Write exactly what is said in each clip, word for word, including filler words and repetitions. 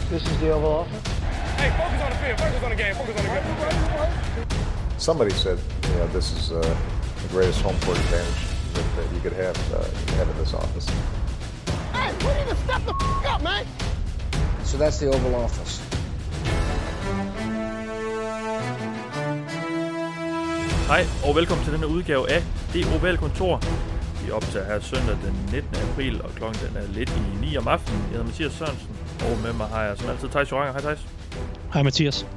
This is the Oval Office. Hey, focus on the field. Focus on the game. Focus on the game. Somebody said, you know, this is uh, the greatest home court advantage that, that you could have, uh, you could have in this office. Hey, we need to step the f*** up, man. So that's the Oval Office. Hej og velkommen til denne udgave af Det Ovale Kontor. Vi optager her søndag den nittende april, og klokken den er lidt i ni om aftenen. Jeg hedder Mathias Sørensen, og med mig har jeg som altid Theis Joranger. Hej Theis. Hej Mathias.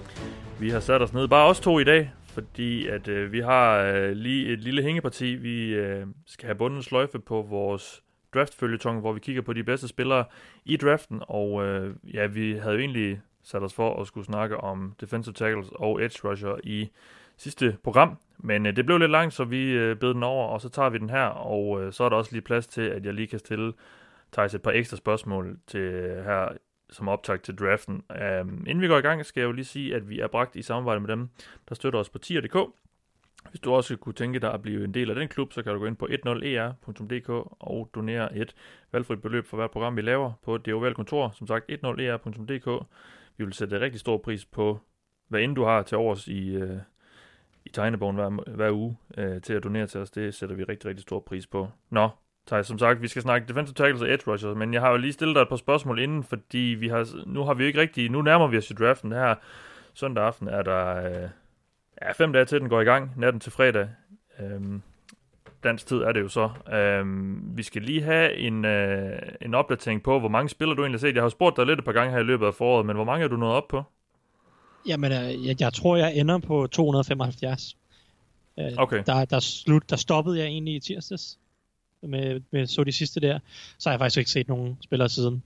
Vi har sat os ned, bare os to i dag, fordi at øh, vi har øh, lige et lille hængeparti. Vi øh, skal have bundet sløjfe på vores draftfølgetong, hvor vi kigger på de bedste spillere i draften. Og øh, ja, vi havde jo egentlig sat os for at skulle snakke om defensive tackles og edge rusher i sidste program, men øh, det blev lidt langt, så vi øh, bed den over, og så tager vi den her, og øh, så er der også lige plads til, at jeg lige kan stille Theis et par ekstra spørgsmål til øh, her som optakt til draften. Øh, inden vi går i gang, skal jeg jo lige sige, at vi er bragt i samarbejde med dem, der støtter os på tier punktum d k. Hvis du også kunne tænke dig at blive en del af den klub, så kan du gå ind på ti e r punktum d k og donere et valgfrit beløb for hvert program, vi laver på Det Ovale Kontor. Som sagt, ti e r punktum d k. Vi vil sætte rigtig stor pris på, hvad end du har til overs i... Øh, i tegnebogen hver, hver uge øh, til at donere til os. Det sætter vi rigtig, rigtig stor pris på. Nå, Theis, som sagt, vi skal snakke defensive tackles og edge rushers, men jeg har jo lige stillet dig et par spørgsmål inden, fordi vi har, nu har vi jo ikke rigtig, nu nærmer vi os i draften. Her søndag aften er der øh, ja, fem dage til, den går i gang, natten til fredag. Øhm, dansk tid er det jo så. Øhm, vi skal lige have en, øh, en opdatering på, hvor mange spillere du egentlig har set. Jeg har spurgt dig lidt et par gange her i løbet af foråret, men hvor mange er du nået op på? Jamen, jeg, jeg tror, jeg ender på to hundrede og femoghalvfjerds. Okay. Der, der, slut, der stoppede jeg egentlig i tirsdags med, med så de sidste der. Så har jeg faktisk ikke set nogen spillere siden.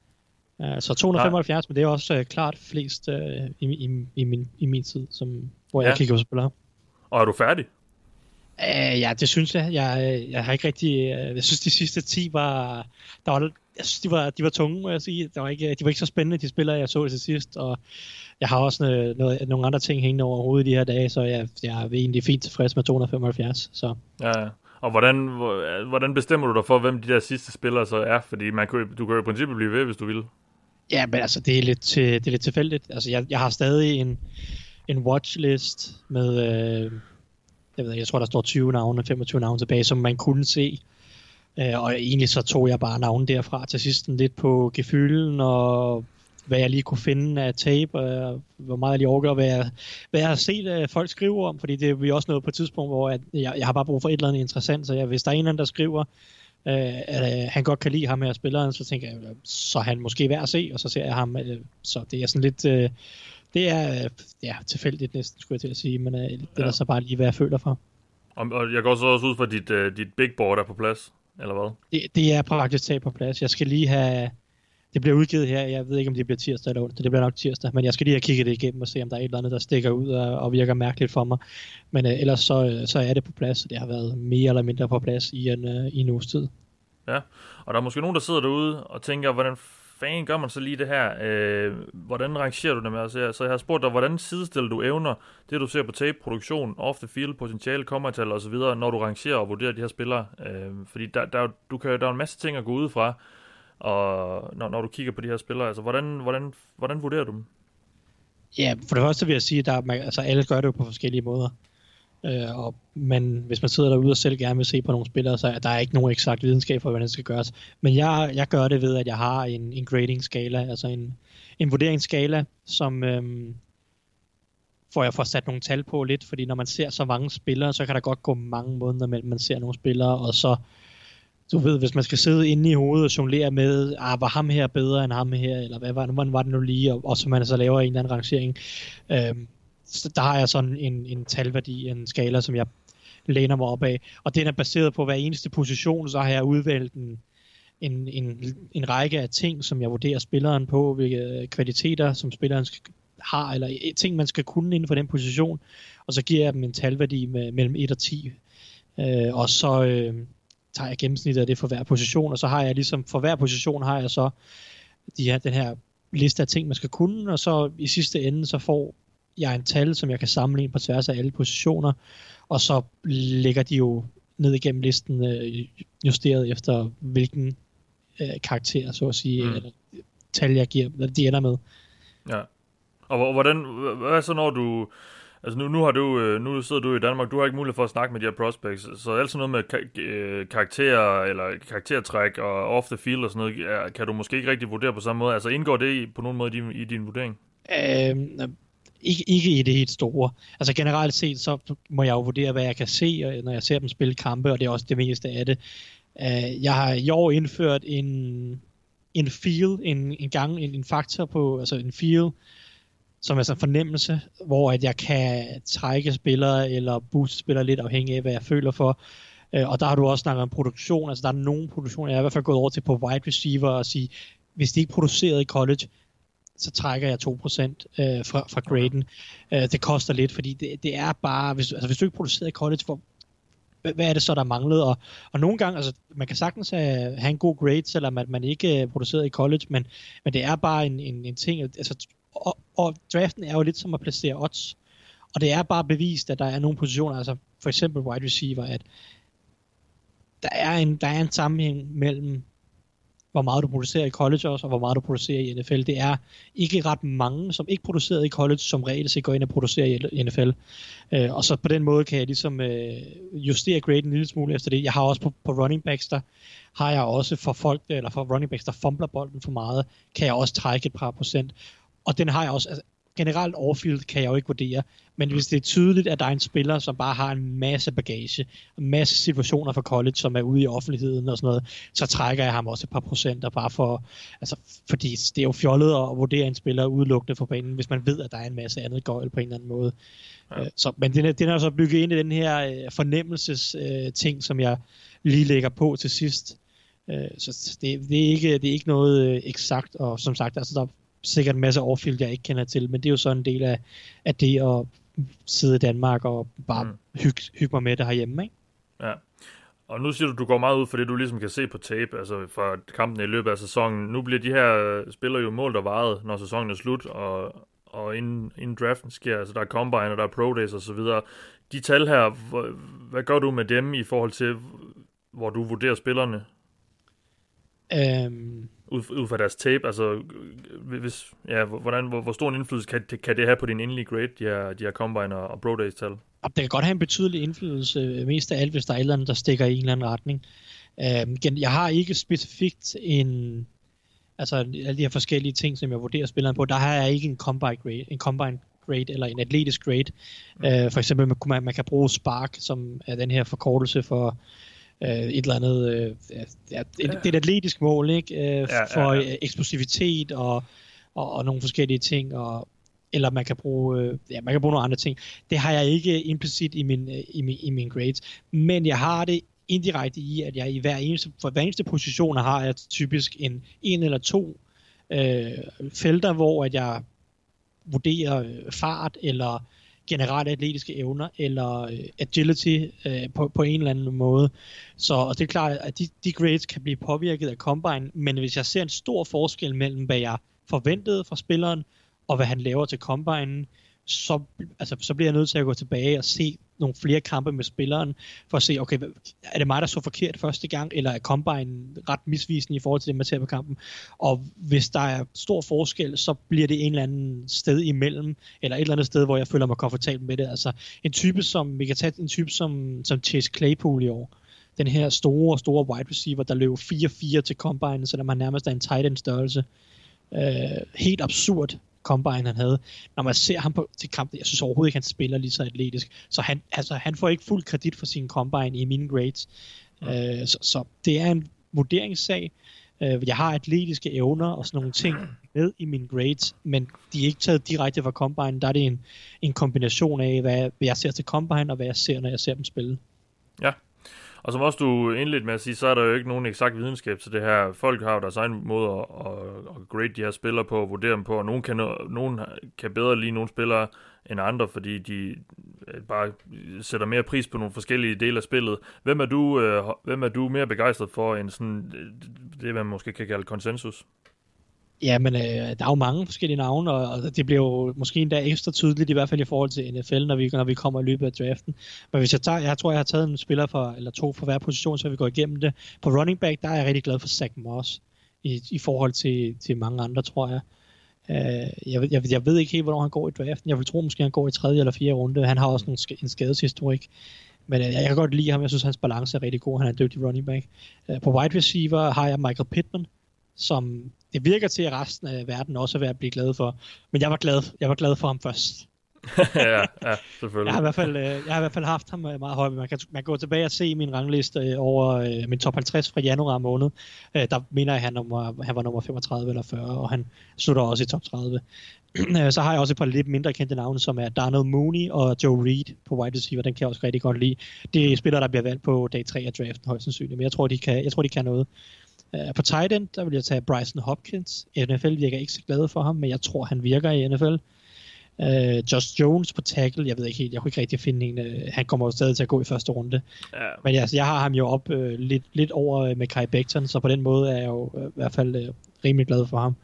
Så to hundrede og femoghalvfjerds, Nej. Men det er også uh, klart flest uh, i, i, i, min, i min tid, som, hvor jeg ja. kigger på spillere. Og er du færdig? Uh, ja, det synes jeg. Jeg, jeg har ikke rigtig... Uh, jeg synes, de sidste ti var... Der var jeg synes, de var, de var tunge, må jeg sige. Der var ikke, de var ikke så spændende, de spillere, jeg så til sidst. Og jeg har også noget, noget, nogle andre ting hængende over hovedet i de her dage, så jeg, jeg er egentlig fint tilfreds med to hundrede og femoghalvfjerds. Så. Ja, og hvordan, hvordan bestemmer du dig for, hvem de der sidste spillere så er? Fordi man kan, du kan jo i princippet blive ved, hvis du vil. Ja, men altså, det er lidt, til, det er lidt tilfældigt. Altså, jeg, jeg har stadig en, en watchlist med, øh, jeg ved ikke, jeg tror, der står tyve navne, femogtyve navne tilbage, som man kunne se. Uh, og egentlig så tog jeg bare navnen derfra til sidst lidt på gefylden og hvad jeg lige kunne finde af tape, og hvor meget jeg lige overgår, hvad jeg, hvad jeg har set uh, folk skrive om, fordi det er vi også nået på et tidspunkt, hvor at jeg, jeg har bare brug for et eller andet interessant, så jeg, hvis der er en eller anden, der skriver, uh, at uh, han godt kan lide ham her spilleren, så tænker jeg, så er han måske værd at se, og så ser jeg ham, uh, så det er sådan lidt, uh, det er uh, ja, tilfældigt næsten, skulle jeg til at sige, men uh, det er ja. Så bare lige, hvad jeg føler for. Og, og jeg går så også ud fra, at dit, uh, dit big board er på plads. Eller hvad? Det, det er praktisk tag på plads. Jeg skal lige have... Det bliver udgivet her. Jeg ved ikke, om det bliver tirsdag eller onsdag. Det bliver nok tirsdag. Men jeg skal lige have kigget det igennem og se, om der er et eller andet, der stikker ud og, og virker mærkeligt for mig. Men uh, ellers så, så er det på plads. Det har været mere eller mindre på plads i en, uh, i en uges tid. Ja, og der er måske nogen, der sidder derude og tænker, hvordan fanden gør man så lige det her? Øh, hvordan rangerer du det med? Altså, så jeg har spurgt dig, hvordan sidestiller du evner, det du ser på tape, produktion, off the field, potentiale, kommatal og så videre, når du rangerer og vurderer de her spillere? Øh, fordi der, der, du kan, der er en masse ting at gå ud fra, og når, når du kigger på de her spillere, altså hvordan, hvordan, hvordan vurderer du dem? Ja, for det første vil jeg sige, at altså, alle gør det jo på forskellige måder. Øh, og, men hvis man sidder derude og selv gerne vil se på nogle spillere, så er der ikke nogen eksakt videnskab for, hvordan det skal gøres. Men jeg, jeg gør det ved, at jeg har en, en grading skala, altså en, en vurderingsskala, som øhm, får jeg får sat nogle tal på lidt, fordi når man ser så mange spillere, så kan der godt gå mange måneder mellem man ser nogle spillere, og så, du ved, hvis man skal sidde inde i hovedet og jonglere med, ah, var ham her bedre end ham her, eller hvad var, hvordan var det nu lige, og, og så man så laver en eller anden rangering, øhm, så der har jeg sådan en, en talværdi, en skala, som jeg læner mig op af. Og den er baseret på hver eneste position, så har jeg udvalgt en, en, en, en række af ting, som jeg vurderer spilleren på, hvilke kvaliteter, som spilleren har, eller ting, man skal kunne inden for den position. Og så giver jeg dem en talværdi med, mellem et og ti. Øh, og så øh, tager jeg gennemsnittet af det for hver position, og så har jeg ligesom, for hver position har jeg så de her, den her liste af ting, man skal kunne, og så i sidste ende, så får jeg en tal, som jeg kan sammenligne på tværs af alle positioner, og så ligger de jo ned igennem listen øh, justeret efter hvilken øh, karakter, så at sige, mm. eller tal, jeg giver, de ender med. Ja. Og hvordan, hvad så når du, altså nu, nu har du, nu sidder du i Danmark, du har ikke mulighed for at snakke med de her prospects, så alt sådan noget med ka- karakterer, eller karaktertræk og off the field og sådan noget, kan du måske ikke rigtig vurdere på samme måde, altså indgår det på nogen måde i din, i din vurdering? Øhm, ikke, ikke i det helt store. Altså generelt set, så må jeg jo vurdere, hvad jeg kan se, når jeg ser dem spille kampe, og det er også det meste af det. Uh, jeg har i år indført en, en feel, en, en gang, en, en faktor på, altså en feel, som er sådan en fornemmelse, hvor at jeg kan trække spillere eller booste spillere lidt afhængig af, hvad jeg føler for. Uh, og der har du også snakket om produktion, altså der er nogle produktioner, jeg er i hvert fald gået over til på wide receiver og sige, hvis de ikke er produceret i college, så trækker jeg to procent øh, fra, fra graden. Uh, det koster lidt, fordi det, det er bare, hvis, altså hvis du ikke producerer i college, hvor, hvad, hvad er det så, der manglede? Og, og nogle gange, altså man kan sagtens have, have en god grade, selvom at man ikke er produceret i college, men, men det er bare en, en, en ting, altså, og, og draften er jo lidt som at placere odds, og det er bare bevist, at der er nogle positioner, altså for eksempel wide receiver, at der er en, der er en sammenhæng mellem hvor meget du producerer i college også, og hvor meget du producerer i N F L. Det er ikke ret mange, som ikke producerer i college, som reelt set går ind og producerer i N F L. Uh, og så på den måde kan jeg ligesom uh, justere graden en lille smule efter det. Jeg har også på, på running backs, der har jeg også for folk, eller for running backs, der fumbler bolden for meget, kan jeg også trække et par procent. Og den har jeg også, altså, generelt overfield kan jeg jo ikke vurdere, men hvis det er tydeligt, at der er en spiller, som bare har en masse bagage, en masse situationer for college, som er ude i offentligheden og sådan noget, så trækker jeg ham også et par procenter, bare for, altså, fordi det er jo fjollet at vurdere en spiller udelukkende for banen, hvis man ved, at der er en masse andet gøjl på en eller anden måde. Ja. Så, men den er, den er så bygget ind i den her uh, fornemmelses uh, ting, som jeg lige lægger på til sidst. Uh, så det, det, er ikke, det er ikke noget uh, eksakt, og som sagt, altså der sikkert en masse overfield, jeg ikke kender til, men det er jo så en del af, af det at sidde i Danmark og bare mm. hygge, hygge mig med det herhjemme, ikke? Ja, og nu siger du, du går meget ud for det, du ligesom kan se på tape, altså fra kampen i løbet af sæsonen. Nu bliver de her spillere jo målt og vejet, når sæsonen er slut, og, og inden, inden draften sker, altså der er combine, og der er pro days og så videre. De tal her, hvad gør du med dem i forhold til, hvor du vurderer spillerne? Um, ud, ud fra deres tape, altså hvis, ja, hvordan, hvor, hvor stor en indflydelse kan, kan det have på din endelige grade, de her, de her combine og, og pro days tal? Det kan godt have en betydelig indflydelse, mest af alt, hvis der er et eller andet, der stikker i en eller anden retning. Um, jeg har ikke specifikt en, altså alle de her forskellige ting, som jeg vurderer spilleren på, der har jeg ikke en combine grade, en combine grade eller en atletisk grade. Mm. Uh, for eksempel, man, man kan bruge Spark, som er den her forkortelse for Uh, et eller andet, uh, ja, det, det er et atletisk mål, ikke? Uh, ja, for ja, ja. eksplosivitet og, og, og nogle forskellige ting, og, eller man kan bruge, uh, ja, man kan bruge nogle andre ting. Det har jeg ikke implicit i min, uh, i min, i min grades, men jeg har det indirekte i, at jeg i hver eneste, for hver eneste position har jeg typisk en, en eller to uh, felter, hvor at jeg vurderer uh, fart eller generelle atletiske evner, eller uh, agility uh, på, på en eller anden måde. Så og det er klart, at de, de grades kan blive påvirket af combine, men hvis jeg ser en stor forskel mellem, hvad jeg forventede fra spilleren, og hvad han laver til combine, så, altså, så bliver jeg nødt til at gå tilbage og se nogle flere kampe med spilleren, for at se, okay, er det mig, der så forkert første gang, eller er combine ret misvisende i forhold til det, man ser på kampen? Og hvis der er stor forskel, så bliver det en eller anden sted imellem, eller et eller andet sted, hvor jeg føler mig komfortabel med det. Altså en type som, vi kan tage en type som, som Chase Claypool i år. Den her store, store wide receiver, der løb fire fire til combine, selvom han nærmest er en tight end størrelse. Uh, helt absurd combine han havde. Når man ser ham på, til kampen, jeg synes overhovedet ikke, han spiller lige så atletisk. Så han, altså, han får ikke fuld kredit for sin combine i mine grades. Ja. Uh, så, så det er en vurderingssag. Uh, jeg har atletiske evner og sådan nogle ting med i mine grades, men de er ikke taget direkte fra combine. Der er det en, en kombination af, hvad jeg ser til combine, og hvad jeg ser, når jeg ser dem spille. Ja. Og som også du indledte med at sige, så er der jo ikke nogen eksakt videnskab til det her. Folk har jo deres egen måde at, at, at grade de her spillere på, og vurdere dem på, og nogen kan, nogen kan bedre lide nogle spillere end andre, fordi de bare sætter mere pris på nogle forskellige dele af spillet. Hvem er du, øh, hvem er du mere begejstret for end sådan det, man måske kan kalde konsensus? Ja, men øh, der er jo mange forskellige navne, og, og det bliver jo måske endda ekstra tydeligt, i hvert fald i forhold til N F L, når vi, når vi kommer i løbet af draften. Men hvis jeg tager, jeg tror, jeg har taget en spiller for, eller to for hver position, så vi går igennem det. På running back, der er jeg rigtig glad for Zach Moss. i, i forhold til, til mange andre, tror jeg. Uh, jeg, jeg. Jeg ved ikke helt, hvornår han går i draften. Jeg vil tro, måske han går i tredje eller fjerde runde. Han har også en, en skadeshistorik. Men uh, jeg kan godt lide ham. Jeg synes, hans balance er rigtig god. Han er en dygtig running back. Uh, på wide receiver har jeg Michael Pittman, som det virker til, at resten af verden også er ved at blive glad for. Men jeg var glad, jeg var glad for ham først. ja, ja, selvfølgelig. Jeg har i hvert fald, jeg har i hvert fald haft ham meget højt. Man kan, man kan gå tilbage og se min rangliste over min top halvtreds fra januar måned. Der mener jeg, at han, nummer, han var nummer femogtredive eller fyrre, og han slutter også i top tredive. Så har jeg også et par lidt mindre kendte navne, som er Darnell Mooney og Joe Reed på wide receiver. Den kan jeg også rigtig godt lide. Det er spillere, der bliver valgt på dag tre af draften højst sandsynligt, men jeg tror, de kan, jeg tror, de kan noget. Uh, på tight end, der vil jeg tage Bryson Hopkins. N F L virker ikke så glad for ham, men jeg tror, han virker i N F L. Uh, Josh Jones på tackle, jeg ved ikke helt, jeg kunne ikke rigtig finde en. Uh, han kommer jo stadig til at gå i første runde. Ja. Men altså, jeg har ham jo op uh, lidt, lidt over uh, med Kai Becton, så på den måde er jeg jo uh, i hvert fald uh, rimelig glad for ham.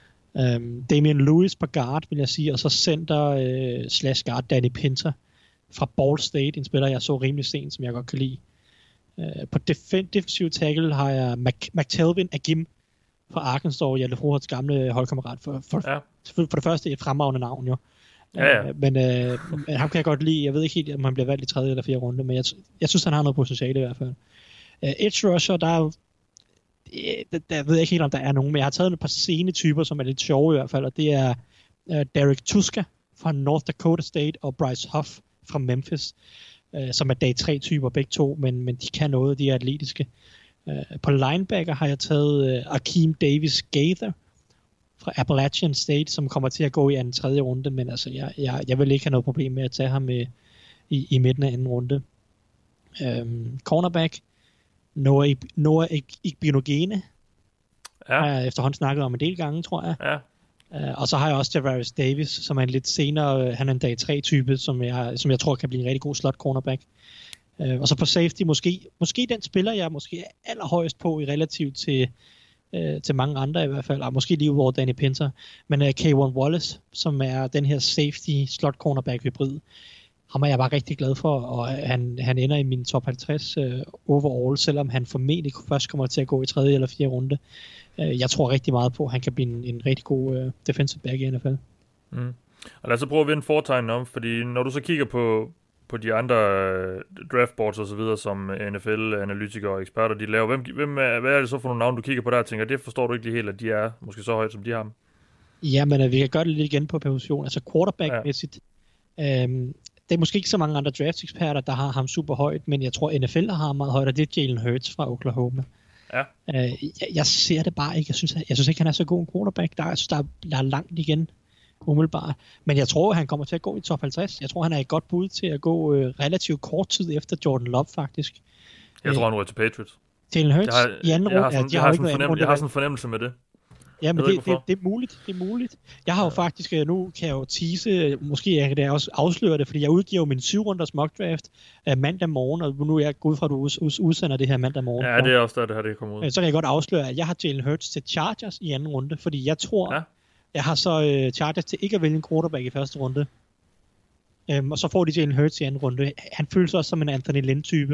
Um, Damian Lewis på guard, vil jeg sige, og så center uh, slash guard Danny Pinter fra Ball State, en spiller, jeg så rimelig sent, som jeg godt kan lide. Uh, på def- defensive tackle har jeg Mac- McTelvin Agim fra Arkansas, Hjalte Froholts gamle holdkammerat. For, for, ja. for, for det første et fremragende navn jo. Ja, ja. Uh, men uh, ham kan jeg godt lide. Jeg ved ikke helt, om han bliver valgt i tredje eller fjerde runde, men jeg, jeg synes, han har noget potentiale i hvert fald. Uh, edge rusher, der er jo, der, der ved jeg ikke helt, om der er nogen, men jeg har taget et par scenetyper, som er lidt sjove i hvert fald, og det er uh, Derek Tuska fra North Dakota State og Bryce Huff fra Memphis. Uh, som er dag tre typer begge to, men, men de kan noget, de er atletiske. Uh, på linebacker har jeg taget uh, Akeem Davis Gaither fra Appalachian State, som kommer til at gå i anden tredje runde, men altså, jeg, jeg, jeg vil ikke have noget problem med at tage ham i, i, i midten af anden runde. Um, cornerback, Noah, Noah Igbinogene, ja. Har jeg efterhånden snakket om en del gange, tror jeg. Ja. Uh, og så har jeg også Javarius Davis, som er en lidt senere, uh, han er en dag tre type, som jeg, som jeg tror kan blive en rigtig god slot cornerback. Uh, og så på safety, måske, måske den spiller jeg måske er allerhøjest på i relativt til, uh, til mange andre i hvert fald, og måske lige over Danny Pinter, men uh, Kayvon Wallace, som er den her safety slot cornerback hybrid, ham er jeg bare rigtig glad for, og han, han ender i min top halvtreds uh, overall, selvom han formentlig først kommer til at gå i tredje eller fjerde runde. Jeg tror rigtig meget på, at han kan blive en, en rigtig god uh, defensive back i N F L. Mm. Og lad os så prøve at vende foretegnen om, fordi når du så kigger på, på de andre uh, draftboards og så videre, som N F L-analytikere og eksperter, de laver, hvem, hvem er, hvad er det så for nogle navne, du kigger på der og tænker, det forstår du ikke lige helt, at de er måske så højt, som de har? Ja, men uh, vi kan gøre det lidt igen på position. Altså quarterback-mæssigt. Ja. Um, det er måske ikke så mange andre draft-eksperter, der har ham super højt, men jeg tror, N F L har ham meget højt, og det er Jalen Hurts fra Oklahoma. Ja. Uh, jeg, jeg ser det bare ikke. Jeg synes, jeg synes ikke, han er så god en quarterback. Der, jeg synes, der er, der er langt igen, umiddelbart. Men jeg tror, han kommer til at gå i top halvtreds. Jeg tror, han er et godt bud til at gå uh, relativt kort tid efter Jordan Love, faktisk. Jeg tror, han er til Patriots. Jalen Hurts i anden runde. Jeg, jeg, jeg, jeg har sådan en fornemmelse med det. Ja, men det, det, det er muligt, det er muligt. Jeg har jo faktisk, nu kan jeg jo tease, måske jeg kan også afsløre det, fordi jeg udgiver min syv runders mock draft uh, mandag morgen, og nu er jeg gået fra, at du udsender det her mandag morgen. Ja, det er også der, det her det kommer ud. Så kan jeg godt afsløre, at jeg har Jalen Hurts til Chargers i anden runde, fordi jeg tror, ja. jeg har så uh, Chargers til ikke at vælge en quarterback i første runde. Um, og så får de Jalen Hurts i anden runde. Han føles også som en Anthony Lynn-type.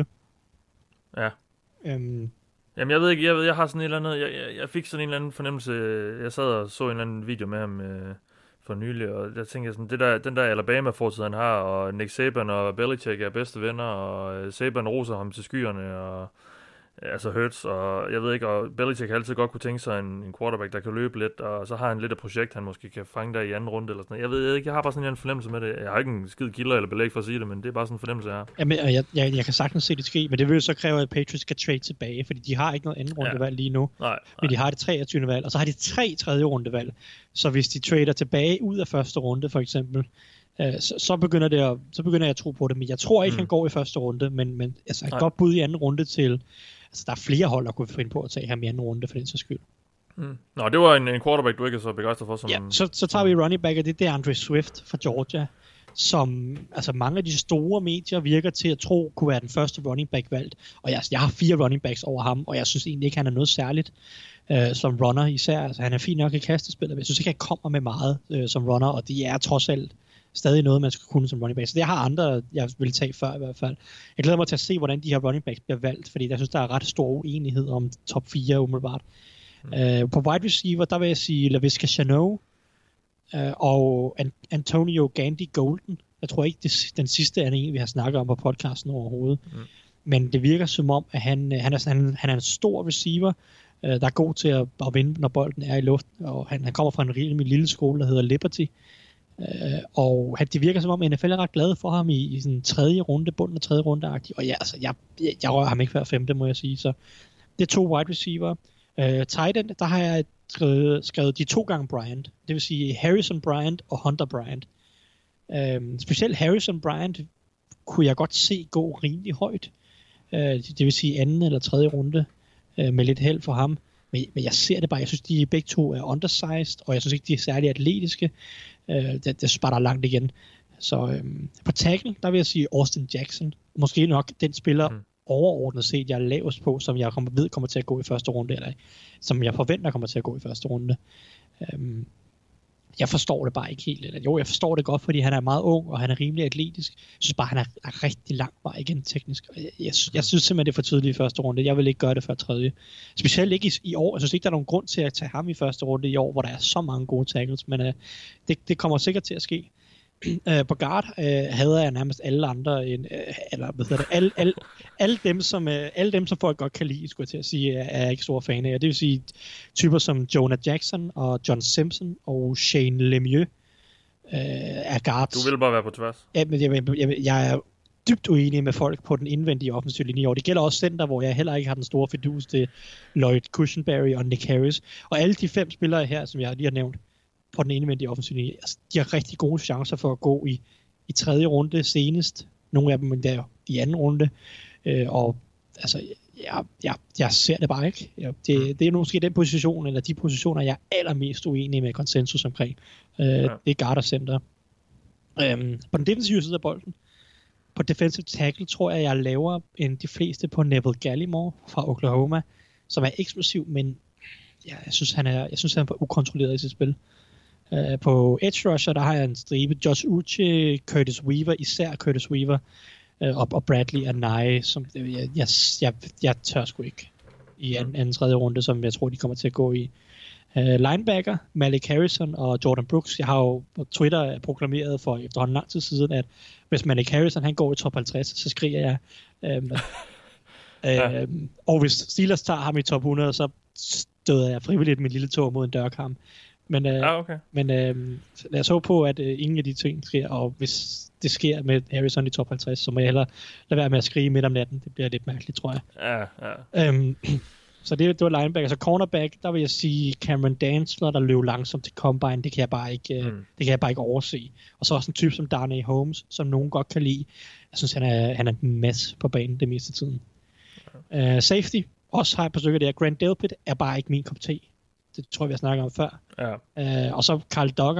Ja. Um, Jamen, jeg ved ikke, jeg, ved, jeg har sådan et eller andet, jeg, jeg, jeg fik sådan en eller anden fornemmelse, jeg sad og så en eller anden video med ham øh, for nylig, og jeg tænkte sådan, det der, den der Alabama-fortid, han har, og Nick Saban og Belichick er bedste venner, og Saban roser ham til skyerne, og altså Hurts, og jeg ved ikke, og Belichick altid godt kunne tænke sig en, en quarterback, der kan løbe lidt, og så har han lidt af projekt, han måske kan fange der i anden runde, eller sådan noget. Jeg ved ikke, jeg har bare sådan en fornemmelse med det. Jeg har ikke en skid kilder eller belæg for at sige det, men det er bare sådan en fornemmelse, jeg har. Jamen, jeg, jeg, jeg kan sagtens se det ske, men det vil jo så kræve, at Patriots skal trade tilbage, fordi de har ikke noget anden rundevalg ja. lige nu. Nej, nej. Men de har det treogtyvende valg, og så har de tre tredje rundevalg. Så hvis de trader tilbage ud af første runde, for eksempel, øh, så, så, begynder det at, så begynder jeg at tro på det. Men jeg tror ikke, mm. han går i første runde, men, men altså, et nej. godt bud i anden runde til. Altså, der er flere hold, der kunne finde på at tage ham i anden runde, for den så skyld. Mm. Nå, det var en, en quarterback, du ikke er så begejstret for. Som... Ja, så, så tager vi running back, og det, det er Andre Swift fra Georgia, som altså mange af de store medier virker til at tro, kunne være den første running back valgt. Og jeg, jeg har fire running backs over ham, og jeg synes egentlig ikke, han er noget særligt øh, som runner især. Altså, han er fint nok i kastespillet, men jeg synes ikke, han kommer med meget øh, som runner, og det er trods alt stadig noget, man skal kunne som running back. Så det har andre, jeg vil tage før i hvert fald. Jeg glæder mig til at se, hvordan de her running backs bliver valgt, fordi jeg synes, der er ret stor uenighed om top fire umiddelbart. Mm. Uh, på wide receiver, der vil jeg sige Laviska Shenault uh, og An- Antonio Gandy Golden. Jeg tror ikke, det, den sidste er en, vi har snakket om på podcasten overhovedet. Mm. Men det virker som om, at han, han, er, han, han er en stor receiver, uh, der er god til at, at vinde, når bolden er i luften. Og han, han kommer fra en rimelig lille skole, der hedder Liberty. Uh, og det virker som om, at N F L er ret glad for ham i, i sådan tredje runde, bunden af tredje runde-agtig. Og ja, altså, jeg, jeg, jeg rører ham ikke før femte, må jeg sige. Så det er to wide receiver. Uh, tight end, der har jeg skrevet, skrevet de to gange Bryant. Det vil sige Harrison Bryant og Hunter Bryant. Uh, specielt Harrison Bryant kunne jeg godt se gå rimelig højt. Uh, det vil sige anden eller tredje runde uh, med lidt held for ham. Men, men jeg ser det bare, jeg synes de begge to er undersized, og jeg synes ikke de er særlig atletiske. Uh, det, det spatter langt igen. Så um, på tackle, der vil jeg sige Austin Jackson. Måske nok den spiller mm. overordnet set, jeg er lavest på, som jeg kommer, ved kommer til at gå i første runde, eller som jeg forventer kommer til at gå i første runde. Um, jeg forstår det bare ikke helt. Eller, jo, jeg forstår det godt, fordi han er meget ung, og han er rimelig atletisk. Jeg synes bare, han er, er rigtig langt vej igen teknisk. Jeg, jeg, jeg synes simpelthen, det er for tidligt i første runde. Jeg vil ikke gøre det før tredje. Specielt ikke i, i år. Jeg synes ikke, der er nogen grund til at tage ham i første runde i år, hvor der er så mange gode tackles, men uh, det, det kommer sikkert til at ske. Uh, på guard uh, hader jeg nærmest alle andre end, uh, eller hvad hedder det, alle, alle, alle, dem, som, uh, alle dem som folk godt kan lide, skulle jeg til at sige, er, er ikke store fan af. Det vil sige typer som Jonah Jackson og John Simpson og Shane Lemieux uh, er guards. Du vil bare være på tværs. Ja, men jeg, jeg, jeg er dybt uenig med folk på den indvendige offensive linje, og det gælder også center, hvor jeg heller ikke har den store fidus til Lloyd Cushenberry og Nick Harris. Og alle de fem spillere her, som jeg lige har nævnt, på den indvendige offensiv linje, altså, de har rigtig gode chancer for at gå i, i tredje runde senest. Nogle af dem endda i anden runde. Øh, og altså, jeg, jeg, jeg ser det bare ikke. Jeg, det, det er måske den position, eller de positioner, jeg er allermest uenig med konsensus omkring. Øh, ja. Det er guard og center. Øh, på den defensive side af bolden, på defensive tackle, tror jeg, jeg er lavere end de fleste på Neville Gallimore fra Oklahoma, som er eksplosiv, men ja, jeg synes, han er, jeg synes, han er ukontrolleret i sit spil. Uh, på edge rusher, der har jeg en stribe. Josh Uche, Curtis Weaver, især Curtis Weaver, uh, og, og Bradley Anae, som jeg, jeg, jeg, jeg tør sgu ikke i anden, anden tredje runde, som jeg tror, de kommer til at gå i. Uh, linebacker, Malik Harrison og Jordan Brooks. Jeg har jo på Twitter proklameret for efterhånden lang tid siden, at hvis Malik Harrison han går i top halvtreds, så skriger jeg. Um, ja. uh, og hvis Steelers tager ham i top hundrede, så støder jeg frivilligt min lille tog mod en dørkarm. Men, øh, ah, okay. men øh, lad os håbe på, at øh, ingen af de ting sker, og hvis det sker med Harrison i top halvtreds, så må jeg hellere lade være med at skrige midt om natten. Det bliver lidt mærkeligt, tror jeg. Ja, ja. Øhm, så det, det var linebacker. Så cornerback, der vil jeg sige Cameron Dantzler, der løb langsomt til combine. Det kan jeg bare ikke, mm. det kan jeg bare ikke overse. Og så også en type som Darnay Holmes, som nogen godt kan lide. Jeg synes, han er, han er en masse på banen det meste af tiden. Okay. Uh, safety, også har jeg på stykker der. Grant Delpit er bare ikke min kop te. Det tror jeg, vi har snakket om før. Ja. Uh, og så Carl Duggar,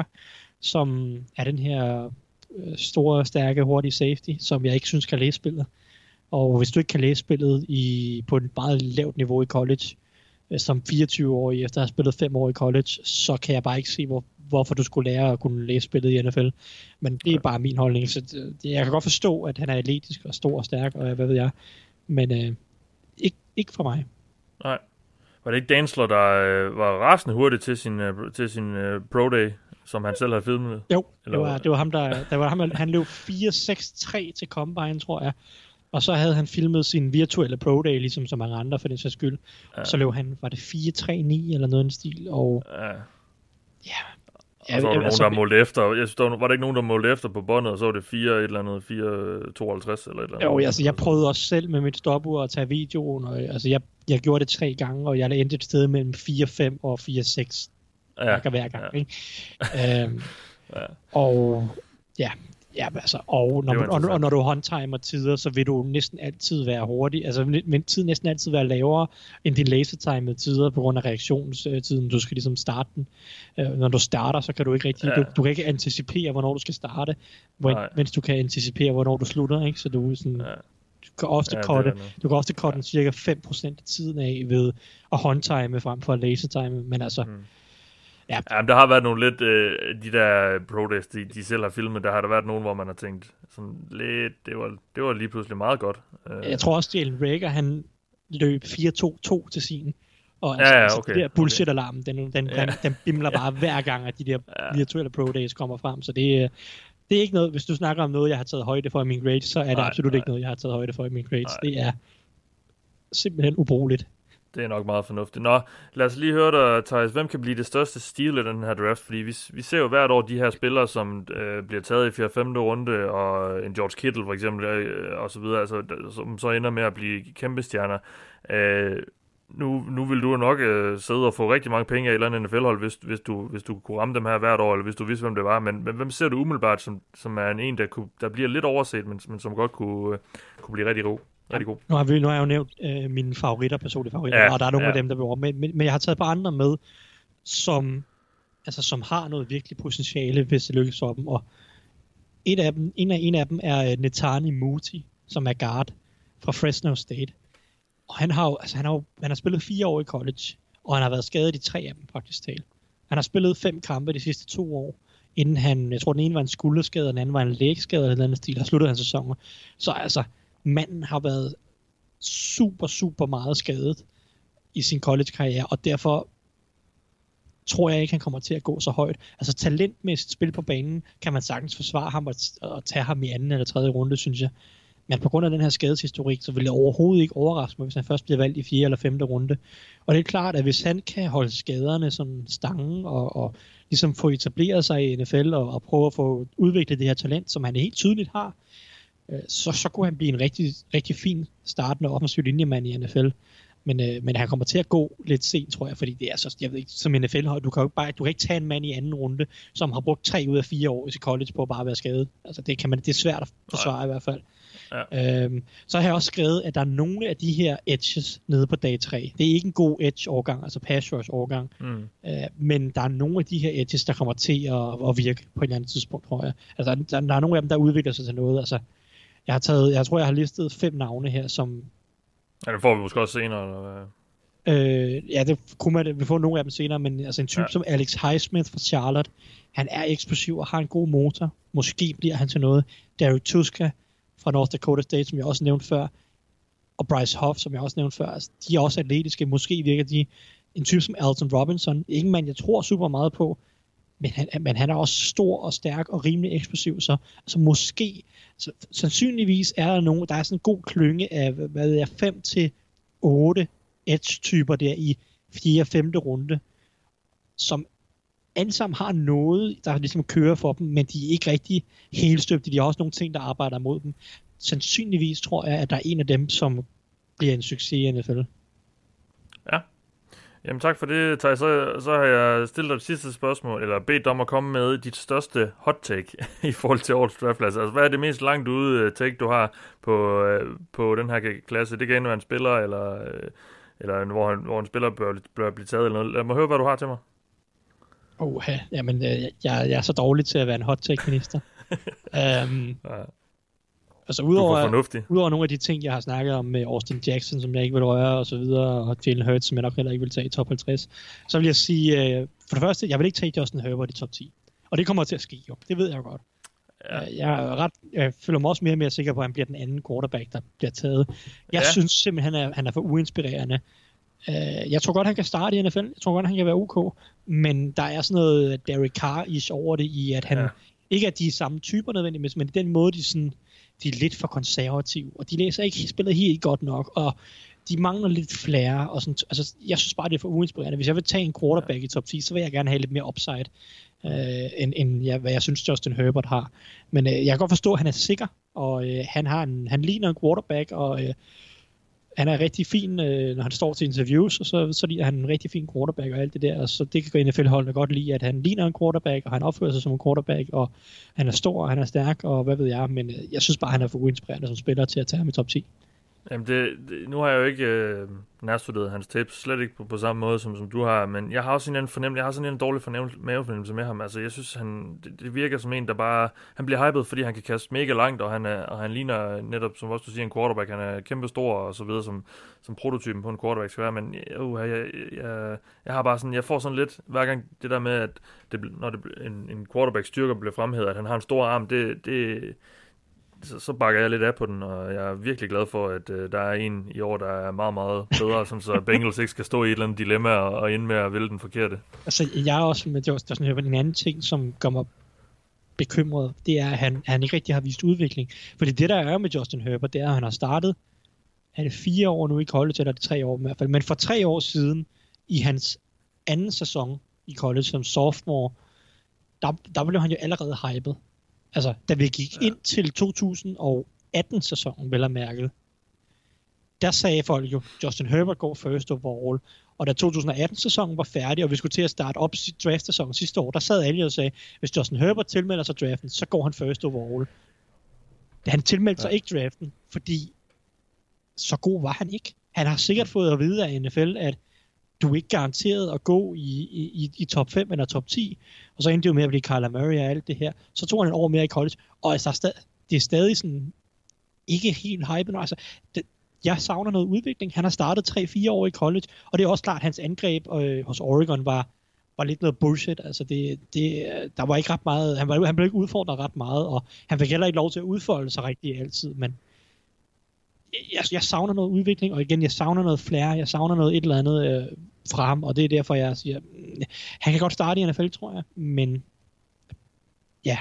som er den her uh, store, stærke, hurtige safety, som jeg ikke synes kan læse spillet. Og hvis du ikke kan læse spillet i, på et meget lavt niveau i college, uh, som fireogtyve-årig efter at have spillet fem år i college, så kan jeg bare ikke se, hvor, hvorfor du skulle lære at kunne læse spillet i N F L. Men det er bare min holdning. Så det, jeg kan godt forstå, at han er atletisk og stor og stærk, og hvad ved jeg. Men uh, ikke, ikke for mig. Nej. Var det ikke Dantzler, der øh, var rasende hurtigt til sin, øh, til sin øh, Pro Day, som han selv havde filmet? Jo, det var, det var ham, der, der var ham, han løb fire seks tre til Combine, tror jeg. Og så havde han filmet sin virtuelle Pro Day, ligesom så mange andre for den sags skyld. Ja. Og så løb han, var det fire tre ni eller noget i den stil, og ja, ja. Og så var der nogen, der målte efter. Jeg synes, der var, var der ikke nogen, der målte efter på båndet, og så var det fire et eller andet, fire tooghalvtreds eller et eller andet. Jo, altså, jeg prøvede også selv med mit stopur at tage videoen, og altså, jeg, jeg gjorde det tre gange, og jeg endte et sted mellem fire fem og fire seks ja, hver gang. Ja. Ikke? øhm, ja. Og ja, ja altså, og når, og, og når du håndtimer tider, så vil du næsten altid være hurtig, altså men tid næsten altid være lavere end din lasertimede tider på grund af reaktionstiden. Du skal ligesom starte den. Uh, når du starter, så kan du ikke rigtig, ja. du, du kan ikke anticipere, hvornår du skal starte, men, mens du kan anticipere, hvornår du slutter, ikke? Så du sådan, ja. du kan ofte ja, korte, du kan ofte korte ja. cirka fem procent af tiden af ved at håndtime frem for at lasertime, men altså hmm. Ja. Jamen, der har været nogle lidt, øh, de der Pro Days, de, de selv har filmet, der har der været nogen, hvor man har tænkt sådan lidt, det var, det var lige pludselig meget godt. Jeg tror også, Jalen Reagor, han løb fire to to til sin, Og Ja, altså, ja, altså okay, de der bullshit-alarmen, den, den, Ja. den, den bimler bare hver gang, at de der Ja. virtuelle pro days kommer frem. Så det, øh, det er ikke noget, hvis du snakker om noget, jeg har taget højde for i min grade, så er det Nej, absolut nej. ikke noget, jeg har taget højde for i min grades. Nej. Det er simpelthen ubrugeligt. Det er nok meget fornuftigt. Nå, lad os lige høre dig, Thijs. Hvem kan blive det største steal i den her draft? Fordi vi, vi ser jo hvert år de her spillere, som øh, bliver taget i fjerde femte runde, og en George Kittle for eksempel, øh, og så videre, altså, som så ender med at blive kæmpe stjerner. Øh, nu, nu vil du nok øh, sidde og få rigtig mange penge af et eller andet N F L-hold, hvis, hvis, du, hvis du kunne ramme dem her hvert år, eller hvis du vidste, hvem det var. Men, men hvem ser du umiddelbart, som, som er en, en der, kunne, der bliver lidt overset, men, men som godt kunne, øh, kunne blive rigtig god? Rigtig god. Nu har, vi, nu har jeg jo nævnt øh, mine favoritter, personlige favoritter, Ja, og der er nogle ja. af dem, der vil over. Men, men, men jeg har taget et par andre med, som, altså, som har noget virkelig potentiale, hvis det lykkes for dem. Og et af dem, en, af, en af dem er uh, Netani Muti, som er guard fra Fresno State. Og han har jo, altså, han har, jo, han har spillet fire år i college, og han har været skadet i tre af dem, faktisk talt. Han har spillet fem kampe de sidste to år, inden han, jeg tror den ene var en skulderskade, og den anden var en lægskade, eller den anden stil, og sluttede han sæsoner. Så altså, manden har været super, super meget skadet i sin college-karriere, og derfor tror jeg ikke, han kommer til at gå så højt. Altså talentmæssigt spil på banen, kan man sagtens forsvare ham og, og tage ham i anden eller tredje runde, synes jeg. Men på grund af den her skadeshistorik, så vil det overhovedet ikke overraske mig, hvis han først bliver valgt i fjerde eller femte runde. Og det er klart, at hvis han kan holde skaderne sådan stangen og, og ligesom få etableret sig i N F L og, og prøve at få udviklet det her talent, som han helt tydeligt har, så, så kunne han blive en rigtig, rigtig fin startende offensiv linjemand i N F L. Men, øh, men han kommer til at gå lidt sent, tror jeg, fordi det er så, jeg ved ikke, som N F L-hold, du kan jo bare, du kan ikke tage en mand i anden runde, som har brugt tre ud af fire år i sit college på at bare være skadet. Altså det kan man, det er svært at forsvare i hvert fald. Ja. Øhm, så har jeg også skrevet, at der er nogle af de her edges nede på dag tre. Det er ikke en god edge-årgang, altså pass rush-årgang, mm. øh, men der er nogle af de her edges, der kommer til at, at virke på et eller andet tidspunkt, tror jeg. Altså der, der er nogle af dem, der udvikler sig til noget. Altså jeg har taget, jeg tror, jeg har listet fem navne her, som Ja, det får vi måske også senere, eller hvad? Øh, ja, det kunne man, vi får nogle af dem senere, men altså en type ja. som Alex Highsmith fra Charlotte, han er eksplosiv og har en god motor. Måske bliver han til noget. Derek Tuska fra North Dakota State, som jeg også nævnte før, og Bryce Huff, som jeg også nævnte før, altså, de er også atletiske. Måske virker de en type som Alton Robinson. Ingen mand, jeg tror super meget på, men han, men han er også stor og stærk og rimelig eksplosiv, så altså måske, så, sandsynligvis er der nogen, der er sådan en god klynge af, hvad er fem til otte edge-typer der i fjerde og femte runde, som alle sammen har noget, der ligesom kører for dem, men de er ikke rigtig helstøbte. De har også nogle ting, der arbejder mod dem. Sandsynligvis tror jeg, at der er en af dem, som bliver en succes i N F L. Ja. Jamen tak for det, Thijs. Så, så har jeg stillet dig et sidste spørgsmål, eller bedt dig om at komme med dit største hot take i forhold til årets draftklasse. Altså, hvad er det mest langt ude take, du har på, på den her klasse? Det kan enten være en spiller, eller, eller hvor, en, hvor en spiller bør, bør blive taget, eller noget. Lad mig høre, hvad du har til mig. Åh, jamen, jeg, jeg er så dårlig til at være en hot take-minister. um, ja. Altså udover, udover nogle af de ting, jeg har snakket om med Austin Jackson, som jeg ikke vil røre, og så videre, og Jalen Hurts, som jeg nok heller ikke vil tage i top halvtreds, så vil jeg sige, uh, for det første, jeg vil ikke tage Justin Herbert i top ti. Og det kommer til at ske jo. Det ved jeg jo godt. Ja. Uh, jeg, er ret, jeg føler mig også mere og mere sikker på, at han bliver den anden quarterback, der bliver taget. Jeg ja. synes simpelthen, han er, han er for uinspirerende. Uh, jeg tror godt, han kan starte i N F L. Jeg tror godt, han kan være OK. Men der er sådan noget Derek Carr-ish over det i, at han... Ja. Ikke at de er samme typer nødvendigvis, men den måde, de, sådan, de er lidt for konservative, og de læser ikke spillet helt godt nok, og de mangler lidt flere, og sådan, altså, jeg synes bare, det er for uinspirerende. Hvis jeg vil tage en quarterback i top ti, så vil jeg gerne have lidt mere upside, øh, end, end ja, hvad jeg synes, Justin Herbert har. Men øh, jeg kan godt forstå, at han er sikker, og øh, han, har en, han ligner en quarterback, og øh, han er rigtig fin, øh, når han står til interviews, og så, så ligner han en rigtig fin quarterback og alt det der, og så det kan N F L-holdene godt lide, at han ligner en quarterback, og han opfører sig som en quarterback, og han er stor, og han er stærk, og hvad ved jeg, men øh, jeg synes bare, han er for uinspirerende som spiller til at tage ham i top ti. Jamen det, det, nu har jeg jo ikke øh, nærstuderet hans tapes, slet ikke på, på samme måde som, som du har, men jeg har også en fornemmelse, jeg har sådan en dårlig fornemmelse, mavefornemmelse med ham. Altså jeg synes han, det, det virker som en der bare, han bliver hyped, fordi han kan kaste mega langt, og han er, og han ligner netop som også du siger en quarterback, han er kæmpe stor og så videre som som prototypen på en quarterback skal være, men uh, jeg, jeg, jeg, jeg har bare sådan, jeg får sådan lidt hver gang det der med at det, når det, en, en quarterback styrker bliver fremhævet, at han har en stor arm, det det så, så bakker jeg lidt af på den, og jeg er virkelig glad for, at øh, der er en i år, der er meget, meget bedre, sådan så Bengals ikke skal stå i et eller andet dilemma og, og ende med at vælge den forkerte. Altså, jeg er også med Justin Herbert. En anden ting, som gør mig bekymret, det er, at han, han ikke rigtig har vist udvikling. Fordi det, der er med Justin Herbert, det er, at han har startet, er det fire år nu i college, eller er det tre år i hvert fald, men for tre år siden, i hans anden sæson i college som sophomore, der, der blev han jo allerede hyped. Altså, da vi gik ja. ind til to tusind og atten-sæsonen, vel at mærke, der sagde folk jo, Justin Herbert går first overall, og da to tusind og atten-sæsonen var færdig, og vi skulle til at starte op draft-sæsonen sidste år, der sad alle og sagde, hvis Justin Herbert tilmelder sig draften, så går han first overall. Han tilmeldte sig ja. ikke draften, fordi så god var han ikke. Han har sikkert fået at vide af N F L, at du er ikke garanteret at gå i, i, i top fem eller top ti, og så endte det jo med at blive Kyler Murray og alt det her. Så tog han et år mere i college, og altså, stad, det er stadig sådan, ikke helt hype. Altså, det, jeg savner noget udvikling. Han har startet tre fire år i college, og det er også klart, at hans angreb øh, hos Oregon var, var lidt noget bullshit. Altså, det, det, der var ikke ret meget, han, var, han blev ikke udfordret ret meget, og han fik heller ikke lov til at udfolde sig rigtig altid, men Jeg, jeg savner noget udvikling, og igen, jeg savner noget flere, jeg savner noget et eller andet øh, fra ham, og det er derfor, jeg siger, mm, han kan godt starte i N F L, tror jeg, men ja.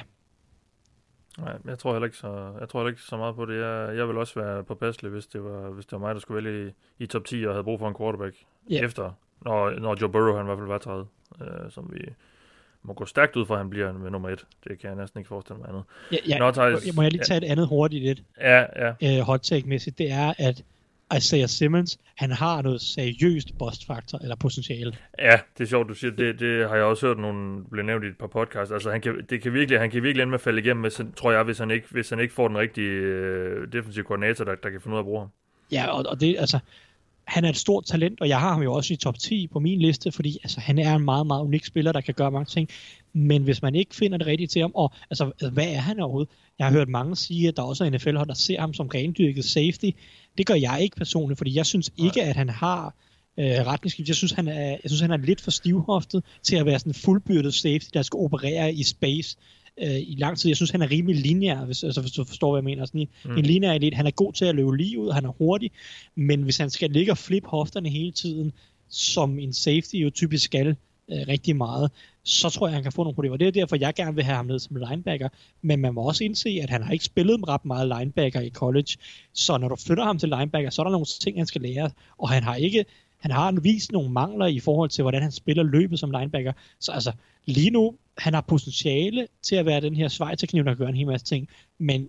Nej, jeg tror heller ikke så, jeg tror heller ikke så meget på det. Jeg, jeg vil også være påpasselig, hvis det var, hvis det var mig, der skulle vælge i, i top ti og havde brug for en quarterback yeah. efter, når, når Joe Burrow, han i hvert fald var tredive, øh, som vi må gå stærkt ud fra, at han bliver med nummer et. Det kan jeg næsten ikke forestille mig andet. Ja, ja, Nå, Thijs, må jeg lige tage ja. et andet hurtigt lidt? Ja, ja. Øh, hot take-mæssigt, det er, at Isaiah Simmons, han har noget seriøst bust-faktor, eller potentiale. Ja, det er sjovt, du siger. Det, det har jeg også hørt nogen blive nævnt i et par podcasts. Altså, han kan, det kan virkelig, han kan virkelig ende med at falde igennem, hvis, tror jeg, hvis han ikke, hvis han ikke får den rigtige øh, defensive koordinator, der, der kan finde ud af at bruge ham. Ja, og, og det, altså, han er et stort talent, og jeg har ham jo også i top ti på min liste, fordi altså, han er en meget, meget unik spiller, der kan gøre mange ting. Men hvis man ikke finder det rigtige til ham, og altså, hvad er han overhovedet? Jeg har hørt mange sige, at der også er N F L-hold, der ser ham som rendyrket safety. Det gør jeg ikke personligt, fordi jeg synes ikke, at han har øh, retningsskift. Jeg synes, han er, jeg synes, han er lidt for stivhoftet til at være sådan en fuldbyrdet safety, der skal operere i space øh, i lang tid. Jeg synes, han er rimelig lineær, hvis, altså, hvis du forstår, hvad jeg mener. Sådan, mm. En lineær elite. Han er god til at løbe lige ud, han er hurtig, men hvis han skal ligge og flippe hofterne hele tiden, som en safety jo typisk skal øh, rigtig meget, så tror jeg, han kan få nogle problemer. Det er derfor, jeg gerne vil have ham ned som linebacker, men man må også indse, at han har ikke spillet ret meget linebacker i college, så når du flytter ham til linebacker, så er der nogle ting, han skal lære, og han har ikke, han har vist nogle mangler i forhold til, hvordan han spiller løbet som linebacker, så altså, lige nu, han har potentiale til at være den her schweizerkniv, der gør en hel masse ting, men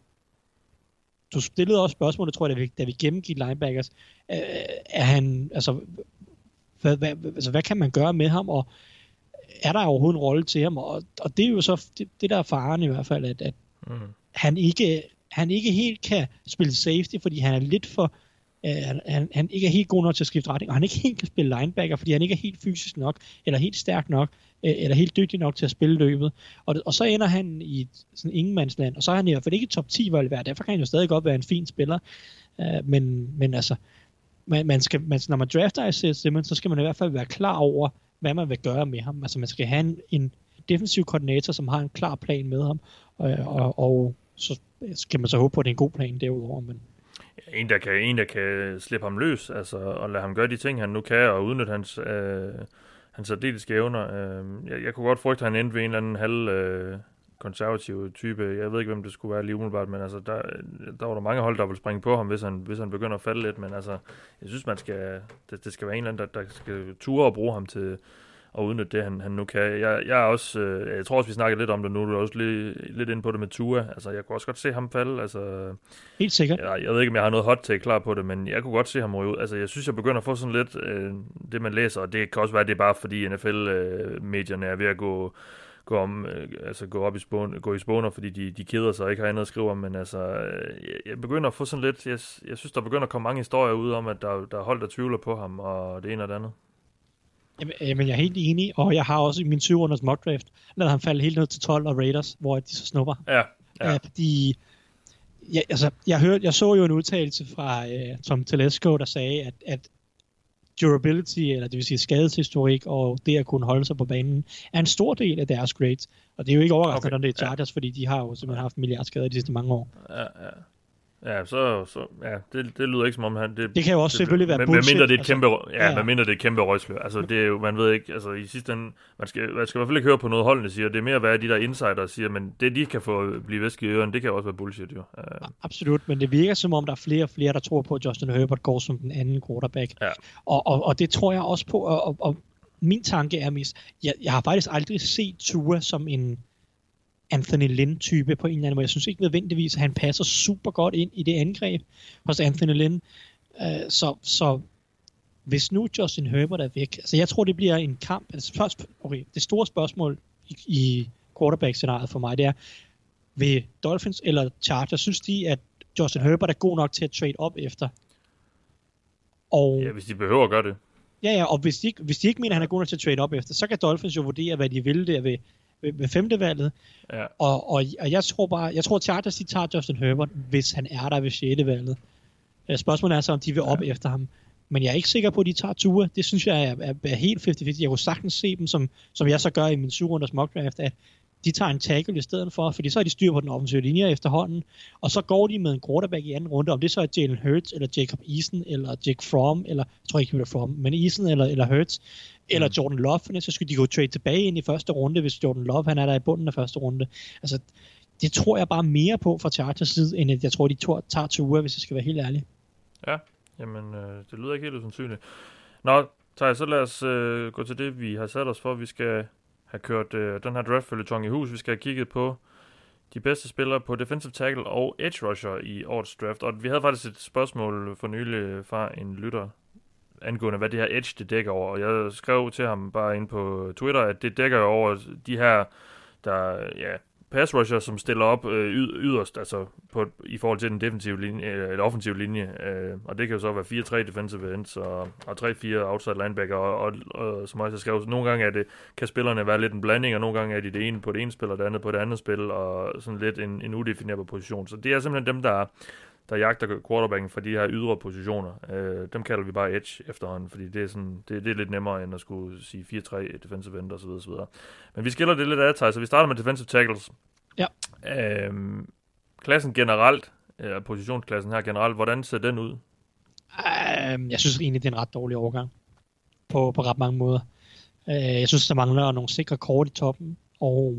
du stillede også spørgsmålet, tror jeg, da vi, da vi gennemgik linebackers, øh, er han, altså hvad, hvad, altså, hvad kan man gøre med ham, og er der overhovedet en rolle til ham, og, og det er jo så det, det der er faren i hvert fald, at, at mm. han, ikke, han ikke helt kan spille safety, fordi han er lidt for, øh, han, han ikke er helt god nok til at skifte retning, og han ikke helt kan spille linebacker, fordi han ikke er helt fysisk nok, eller helt stærk nok, øh, eller helt dygtig nok til at spille løbet, og, og så ender han i sådan ingenmandsland, og så er han i hvert fald ikke top ti, hvor det være, derfor kan han jo stadig godt være en fin spiller, øh, men, men altså, man, man skal, man, når man drafter Isaiah Simmons, så skal man i hvert fald være klar over, hvad man vil gøre med ham. Altså man skal have en, en defensiv koordinator, som har en klar plan med ham, og, og, og så skal man så håbe på, at det er en god plan derudover. Men ja, en, der kan, en, der kan slippe ham løs, altså, og lade ham gøre de ting, han nu kan, og udnytte hans, øh, hans særdelske evner. Øh, jeg, jeg kunne godt frygte, at han endte ved en eller anden halv øh, konservativ type. Jeg ved ikke, hvem det skulle være lige umiddelbart, men altså, der, der var der mange hold, der vil springe på ham, hvis han, hvis han begynder at falde lidt. Men altså, jeg synes, man skal, det, det skal være en eller anden, der, der skal ture og bruge ham til at udnytte det, han, han nu kan. Jeg, jeg er også, øh, jeg tror også, vi snakkede lidt om det nu, du er også lidt, lidt inde på det med Tua. Altså, jeg kunne også godt se ham falde. Altså, helt sikkert. Jeg, jeg ved ikke, om jeg har noget hot take klar på det, men jeg kunne godt se ham ryge ud. Altså, jeg synes, jeg begynder at få sådan lidt øh, det, man læser, og det kan også være, det er bare fordi N F L-medierne er ved at gå gå om, øh, altså gå op i spåner, gå i spåner, fordi de, de keder sig og ikke har andet at skrive om, men altså, jeg, jeg begynder at få sådan lidt, jeg, jeg synes, der begynder at komme mange historier ud om, at der, der er hold, der tvivler på ham, og det ene og det andet. Jamen, jamen, jeg er helt enig, og jeg har også i min syv runders mock draft ladet ham falde helt ned til tolv og Raiders, hvor de så snupper. Ja, ja. Ja, fordi, ja, altså, jeg, hørte, jeg så jo en udtalelse fra uh, Tom Telesco, der sagde, at, at durability, eller det vil sige skadeshistorik, og det at kunne holde sig på banen, er en stor del af deres grades. Og det er jo ikke overraskende, okay. når det er Chargers, ja. fordi de har jo simpelthen haft milliardskader de sidste mange år. Ja, ja. Ja, så, så ja, det, det lyder ikke som om han... Det, det kan jo også det, selvfølgelig være med, bullshit. Med mindre det er et kæmpe, altså, ja, ja. Med mindre det er et kæmpe røgslør. Altså, det er jo, man ved ikke, altså i sidste ende, man skal, man skal i hvert fald ikke høre på noget holdene siger, det er mere, hvad de der insiders siger, men det de kan få blive væsket i øren, det kan også være bullshit, jo. Uh. Absolut, men det virker som om, der er flere og flere, der tror på, at Justin Herbert går som den anden quarterback. Ja. Og, og, og det tror jeg også på, og, og, og min tanke er mest, jeg, jeg har faktisk aldrig set Tua som en Anthony Lynn-type på en eller anden måde. Jeg synes ikke nødvendigvis, at han passer super godt ind i det angreb hos Anthony Lynn. Uh, så, så hvis nu Justin Herbert er væk, altså jeg tror, det bliver en kamp. Altså først, okay, det store spørgsmål i, i quarterback-scenariet for mig, det er, vil Dolphins eller Chargers, synes de, at Justin Herbert er god nok til at trade op efter? Og, ja, hvis de behøver at gøre det. Ja, ja, og hvis de, hvis de ikke mener, at han er god nok til at trade op efter, så kan Dolphins jo vurdere, hvad de vil der ved ved femte-valget. Ja. Og, og, og jeg tror bare, jeg tror Chargers, de tager Justin Herbert, hvis han er der ved sjette-valget. Spørgsmålet er så, om de vil op ja. efter ham. Men jeg er ikke sikker på, at de tager Tua. Det synes jeg er, er, er helt halvtreds halvtreds. Jeg kunne sagtens se dem, som, som jeg så gør i min syv-runders mock draft, at de tager en tackle i stedet for, fordi så er de styr på den offensive linje efterhånden, og så går de med en quarterback i anden runde, om det så er Jalen Hurts, eller Jacob Eason, eller Jake Fromm, eller, jeg tror ikke, det er Fromm, men Eason, eller, eller Hurts, eller mm. Jordan Love, så skulle de gå trade tilbage ind i første runde, hvis Jordan Love, han er der i bunden af første runde. Altså, det tror jeg bare mere på fra Chargers side, end at jeg tror, de to, tager Tua, hvis jeg skal være helt ærlig. Ja, jamen, øh, det lyder ikke helt usandsynligt. Nå, Thaj, så lad os øh, gå til det, vi har sat os for. Vi skal have kørt øh, den her draft-følgetong i hus. Vi skal have kigget på de bedste spillere på defensive tackle og edge rusher i årets draft. Og vi havde faktisk et spørgsmål for nylig fra en lytter angående, hvad det her edge det dækker over. Og jeg skrev til ham bare ind på Twitter, at det dækker over de her, der, ja, pass rusher, som stiller op øh, yderst, altså på, i forhold til den defensive linje, eller offensive linje. Øh, og det kan jo så være fire tre defensive ends, og, og tre fire outside linebacker, og, og, og som også jeg skrev, nogle gange er det, kan spillerne være lidt en blanding, og nogle gange er de det ene på det ene spil, og det andet på det andet spil, og sådan lidt en, en udefinerbar position. Så det er simpelthen dem, der der jagter quarterbacken fra de her ydre positioner. Øh, dem kalder vi bare edge efterhånden, fordi det er, sådan, det, det er lidt nemmere, end at skulle sige fire tre defensive end, og så videre, så videre. Men vi skiller det lidt af, Thaj, så vi starter med defensive tackles. Ja. Øhm, klassen generelt, øh, positionsklassen her generelt, hvordan ser den ud? Um, jeg synes egentlig, det er en ret dårlig overgang på, på ret mange måder. Uh, jeg synes, der mangler nogle sikre kort i toppen, og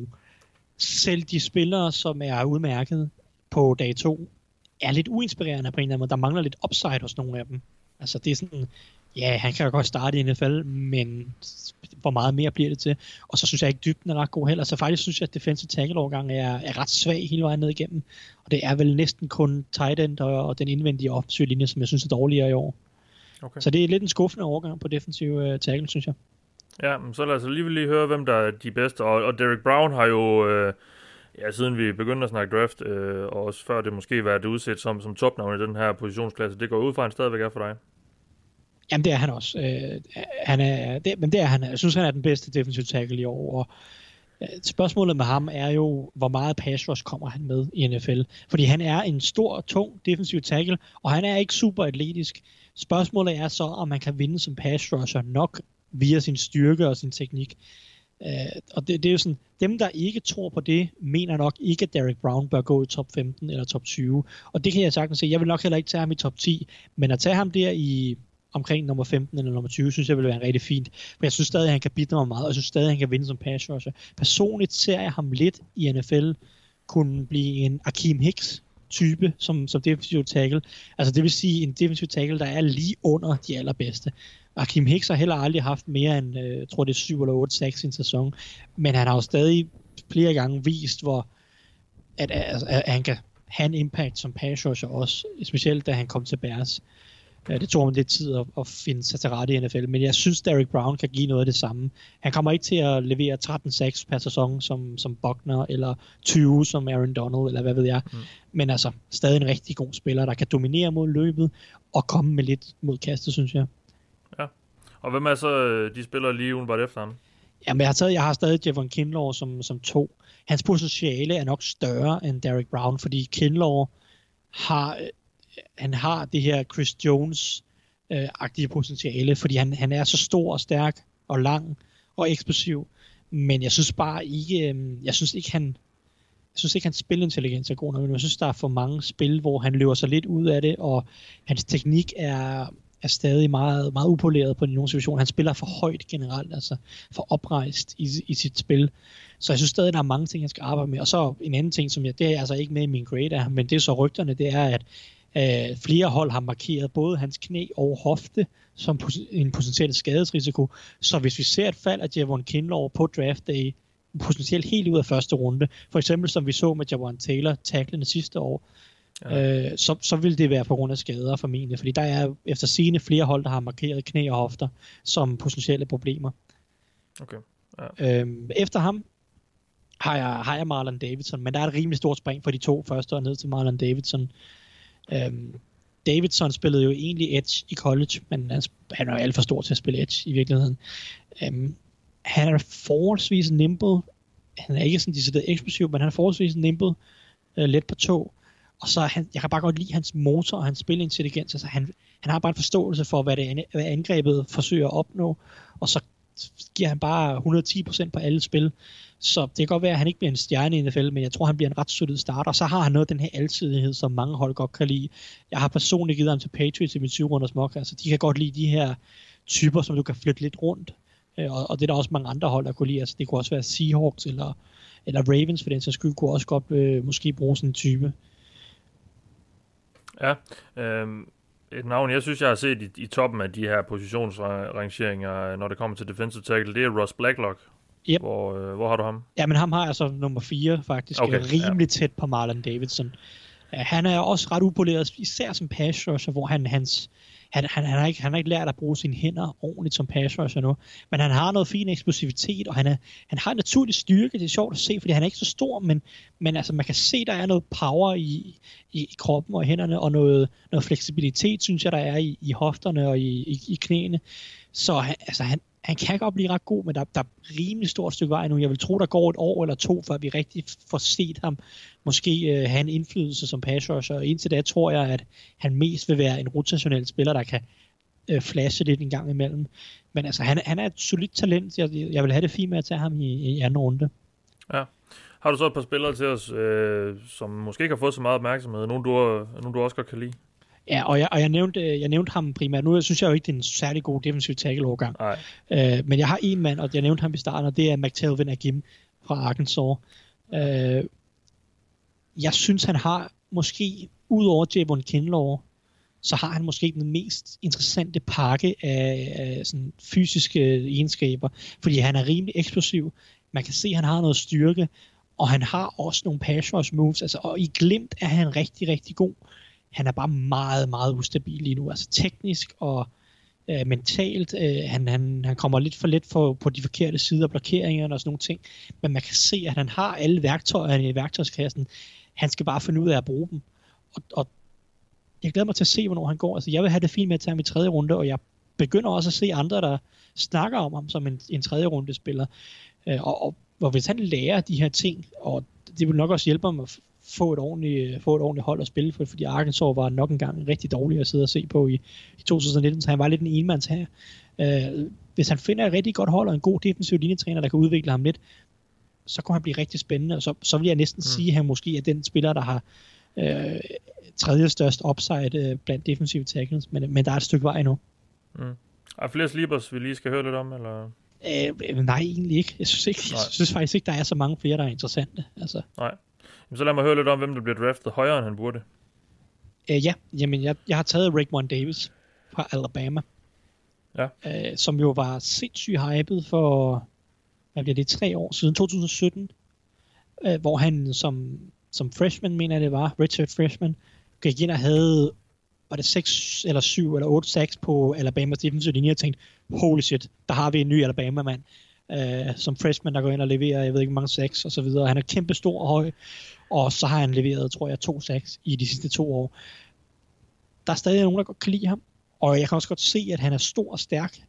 selv de spillere, som er udmærket på dag to, er lidt uinspirerende på en eller anden måde. Der mangler lidt upside hos nogle af dem. Altså det er sådan, ja, han kan jo godt starte i N F L, men hvor meget mere bliver det til? Og så synes jeg ikke, dybden er ret god heller. Så faktisk synes jeg, at defensive tackle-overgang er, er ret svag hele vejen ned igennem. Og det er vel næsten kun tight end og, og den indvendige offensive linje, som jeg synes er dårligere i år. Okay. Så det er lidt en skuffende overgang på defensive uh, tackle, synes jeg. Ja, så lad os lige lige høre, hvem der er de bedste. Og, og Derrick Brown har jo... Øh Ja, siden vi begyndte at snakke draft, øh, og også før det måske været udsat som, som topnavn i den her positionsklasse, det går ud fra, han stadigvæk er for dig. Jamen, det er han også. Øh, han er, det, men det er han. Jeg synes, han er den bedste defensive tackle i år. Og, øh, spørgsmålet med ham er jo, hvor meget pass rush kommer han med i N F L. Fordi han er en stor, tung defensive tackle, og han er ikke super atletisk. Spørgsmålet er så, om man kan vinde som pass rusher nok via sin styrke og sin teknik. Uh, og det, det er jo sådan, dem der ikke tror på det, mener nok ikke, at Derrick Brown bør gå i top femten eller top tyve, og det kan jeg sagtens se. Jeg vil nok heller ikke tage ham i top ti, men at tage ham der i omkring nummer femten eller nummer tyve, synes jeg vil være rigtig fint, for jeg synes stadig, at han kan bidrage meget, og jeg synes stadig, at han kan vinde som pass rusher. Personligt ser jeg ham lidt i N F L kunne blive en Akeem Hicks type som, som defensive tackle, altså det vil sige en defensive tackle, der er lige under de allerbedste. Akeem Hicks har heller aldrig haft mere end, øh, jeg tror det er syv eller otte sacks i en sæson, men han har jo stadig flere gange vist, hvor at, at, at han kan have en impact som pass rusher også, specielt da han kom til Bears. Det tog ham lidt tid at, at finde sig til rette i N F L, men jeg synes, Derrick Brown kan give noget af det samme. Han kommer ikke til at levere tretten sacks per sæson som, som Buckner, eller tyve som Aaron Donald, eller hvad ved jeg. Mm. Men altså, stadig en rigtig god spiller, der kan dominere mod løbet, og komme med lidt mod kastet, synes jeg. Ja, og hvem er så de spillere lige udenbart efter ham? Jamen, jeg har, taget, jeg har stadig Javon Kinlaw som, som to. Hans potentiale er nok større end Derrick Brown, fordi Kinlaw har... han har det her Chris Jones øh, agtige potentiale, fordi han, han er så stor og stærk og lang og eksplosiv, men jeg synes bare ikke, øh, jeg synes ikke han, jeg synes ikke hans spilintelligens er god nok, men jeg synes der er for mange spil, hvor han løber sig lidt ud af det, og hans teknik er, er stadig meget, meget upoleret på nogle situationer. Han spiller for højt generelt, altså for oprejst i, i sit spil. Så jeg synes stadig, der er mange ting, han skal arbejde med. Og så en anden ting, som jeg, det er altså ikke med i min grade af, men det er så rygterne, det er, at øh, flere hold har markeret både hans knæ og hofte som en potentiel skadesrisiko. Så hvis vi ser et fald af Javon Kinlaw på draft day, potentielt helt ud af første runde, for eksempel som vi så med Jawan Taylor tacklende sidste år, ja. øh, så, så vil det være på grund af skader formentlig, fordi der er efter sigende flere hold, der har markeret knæ og hofter som potentielle problemer. Okay. Ja. Øhm, efter ham har jeg, har jeg Marlon Davidson, men der er et rimelig stort spring fra de to første og ned til Marlon Davidson. Øhm, Davidson spillede jo egentlig edge i college, men han, han er jo alt for stor til at spille edge i virkeligheden. Øhm, han er forholdsvis nimble. Han er ikke sådan decideret eksplosiv, men han er forholdsvis nimble, øh, let på tå. Og så han, jeg kan bare godt lide hans motor og hans spilintelligens. Altså han, han har bare en forståelse for, hvad, det, hvad angrebet forsøger at opnå, og så giver han bare et hundrede og ti procent på alle spil. Så det kan godt være, at han ikke bliver en stjerne i N F L, men jeg tror, han bliver en ret solid starter. Og så har han noget af den her alsidighed, som mange hold godt kan lide. Jeg har personligt givet ham til Patriots i mit syv runders mock. Altså, de kan godt lide de her typer, som du kan flytte lidt rundt. Og, og det er der også mange andre hold, der kunne lide. Altså, det kunne også være Seahawks eller, eller Ravens, for den sags skyld, kunne også godt øh, måske bruge sådan en type. Ja, øh, et navn, jeg synes, jeg har set i, i toppen af de her positionsrangeringer, når det kommer til defensive tackle, det er Ross Blacklock. Yep. Hvor, øh, hvor har du ham? Ja, men ham har jeg så nummer fire faktisk, okay, rimelig ja. tæt på Marlon Davidson. Uh, han er også ret upoleret, især som pass rusher, hvor han, hans, han, han, han, har ikke, han har ikke lært at bruge sine hænder ordentligt som pass rusher nu, men han har noget fin eksplosivitet, og han, er, han har en naturlig styrke. Det er sjovt at se, fordi han er ikke så stor, men, men altså, man kan se, der er noget power i, i, i kroppen og hænderne, og noget, noget fleksibilitet, synes jeg, der er i, i hofterne og i, i, i knæene. Så han, altså, han, han kan godt blive ret god, men der, der er rimelig stort stykke vej nu. Jeg vil tro, der går et år eller to, før vi rigtig får set ham måske øh, have en indflydelse som pass rusher. Og indtil da tror jeg, at han mest vil være en rotationel spiller, der kan øh, flashe lidt en gang imellem. Men altså, han, han er et solidt talent. Jeg, jeg vil have det fint med at tage ham i, i anden runde. Ja. Har du så et par spillere til os, øh, som måske ikke har fået så meget opmærksomhed? Nogle du, nogle, du også godt kan lide? Ja, og jeg, og jeg, nævnte, jeg nævnte ham primært. Nu synes jeg jo ikke, det er en særlig god defensiv tackle-overgang. Øh, men jeg har en mand, og jeg nævnte ham i starten, og det er McTelvin Agim fra Arkansas. Øh, jeg synes, han har måske, ud over Javon Kinlaw, så har han måske den mest interessante pakke af, af sådan fysiske egenskaber, fordi han er rimelig eksplosiv. Man kan se, at han har noget styrke, og han har også nogle pass rush moves. Altså, og i glimt er han rigtig, rigtig god. Han er bare meget, meget ustabil lige nu. Altså teknisk og øh, mentalt. Øh, han, han, han kommer lidt for let for, på de forkerte sider af blokeringerne og sådan nogle ting. Men man kan se, at han har alle værktøjerne i værktøjskassen. Han skal bare finde ud af at bruge dem. Og, og jeg glæder mig til at se, hvornår han går. Altså, jeg vil have det fint med at tage ham i tredje runde, og jeg begynder også at se andre, der snakker om ham som en, en tredje runde spiller. Øh, og, og, og hvis han lærer de her ting, og det vil nok også hjælpe ham at få et ordentligt, få et ordentligt hold at spille for, fordi Arkansas var nok engang rigtig dårlig at sidde og se på i, i to tusind nitten, så han var lidt en enmands her. Øh, hvis han finder et rigtig godt hold og en god defensiv linjetræner, der kan udvikle ham lidt, så kan han blive rigtig spændende, og så, så vil jeg næsten mm. sige, at han måske er den spiller, der har øh, tredje størst upside øh, blandt defensive tackles, men, men der er et stykke vej nu. Mm. Er der flere sleepers, vi lige skal høre lidt om, eller? Øh, nej, egentlig ikke. Jeg synes, ikke, jeg synes faktisk ikke, der er så mange flere, der er interessante. Altså. Nej. Så lad mig høre lidt om, hvem der bliver draftet højere, end han burde. Uh, ja, jamen jeg, jeg har taget Raekwon Davis fra Alabama. Ja. Uh, som jo var sindssygt hyped for, hvad bliver det, tre år siden, to tusind sytten. Uh, hvor han som, som freshman, mener jeg det var, redshirt freshman, gik ind og havde, var det seks eller syv eller otte sacks på Alabamas defensive linje, og tænkte, holy shit, der har vi en ny Alabama-mand. Uh, som freshman, der går ind og leverer, jeg ved ikke, mange sacks og så videre. Han er kæmpe stor og høj, og så har han leveret, tror jeg, to sacks i de sidste to år. Der er stadig nogen, der godt kan lide ham, og jeg kan også godt se, at han er stor og stærk,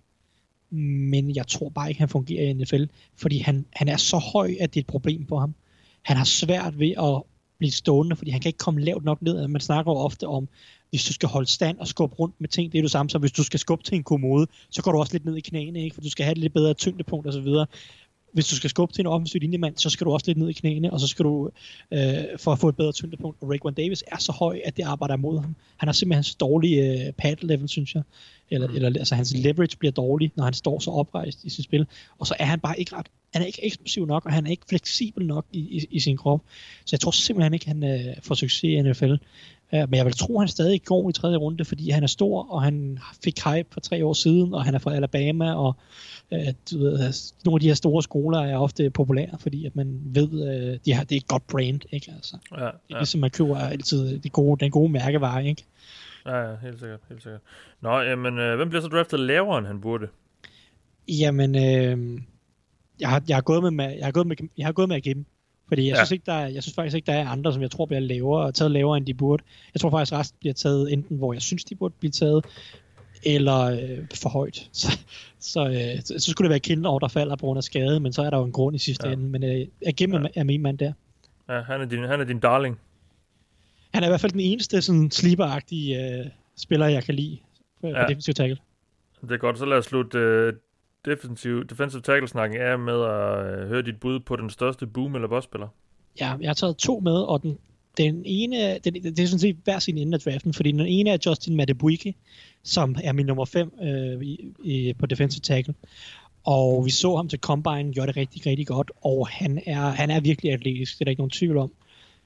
men jeg tror bare ikke, han fungerer i N F L, fordi han, han er så høj, at det er et problem på ham. Han har svært ved at blive stående, fordi han kan ikke komme lavt nok ned. Man snakker jo ofte om hvis du skal holde stand og skubbe rundt med ting, det er det samme som hvis du skal skubbe til en kommode, så går du også lidt ned i knæene, ikke? For du skal have et lidt bedre tyngdepunkt og så videre. Hvis du skal skubbe til en offensiv linjemand, så skal du også lidt ned i knæene, og så skal du øh, for at få et bedre tyngdepunkt. Og Raekwon Davis er så høj, at det arbejder imod ham. Han har simpelthen så dårlig øh, pad level, synes jeg. Eller, mm. eller altså hans leverage bliver dårlig, når han står så oprejst i sit spil. Og så er han bare ikke ret, han er ikke eksplosiv nok, og han er ikke fleksibel nok i, i, i sin krop. Så jeg tror simpelthen ikke, han øh, får succes i N F L. Uh, men jeg vil tro, at han stadig går i tredje runde, fordi han er stor, og han fik hype for tre år siden, og han er fra Alabama, og uh, du ved, nogle af de her store skoler er ofte populære, fordi at man ved, uh, de har, det er et godt brand, ikke? Altså, ja, ja. Det er ligesom, man køber altid det gode, den gode mærkevare, ikke? Ja, ja, helt sikkert, helt sikkert. Nå, jamen, øh, hvem bliver så draftet lavere, end han burde? Jamen, øh, jeg, har, jeg, har gået med, jeg, har gået med, jeg har gået med at give dem. Fordi jeg, ja. synes ikke, der er, jeg synes faktisk ikke, der er andre, som jeg tror bliver lavere, og taget lavere, end de burde. Jeg tror faktisk, resten bliver taget enten, hvor jeg synes, de burde blive taget, eller øh, for højt. Så, så, øh, så, så skulle det være Kinlaw, der falder på grund af skade, men så er der jo en grund i sidste ja. ende. Men øh, Agim ja. er min mand der. Ja, han er din, han er din darling. Han er i hvert fald den eneste sådan sleeper-agtige øh, spiller, jeg kan lide på, ja. på defensive tackle. Det er godt, så lad os slutte øh, defensive, defensive tackle-snakken af med at øh, høre dit bud på den største boom- eller boss-spiller. Ja, jeg har taget to med, og den, den ene, den, det er sådan set hver sin ende af draften, fordi den ene er Justin Madubuike, som er min nummer fem øh, i, i, på defensive tackle. Og vi så ham til Combine, gjorde det rigtig, rigtig godt, og han er, han er virkelig atletisk, det er der ikke nogen tvivl om.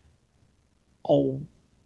Og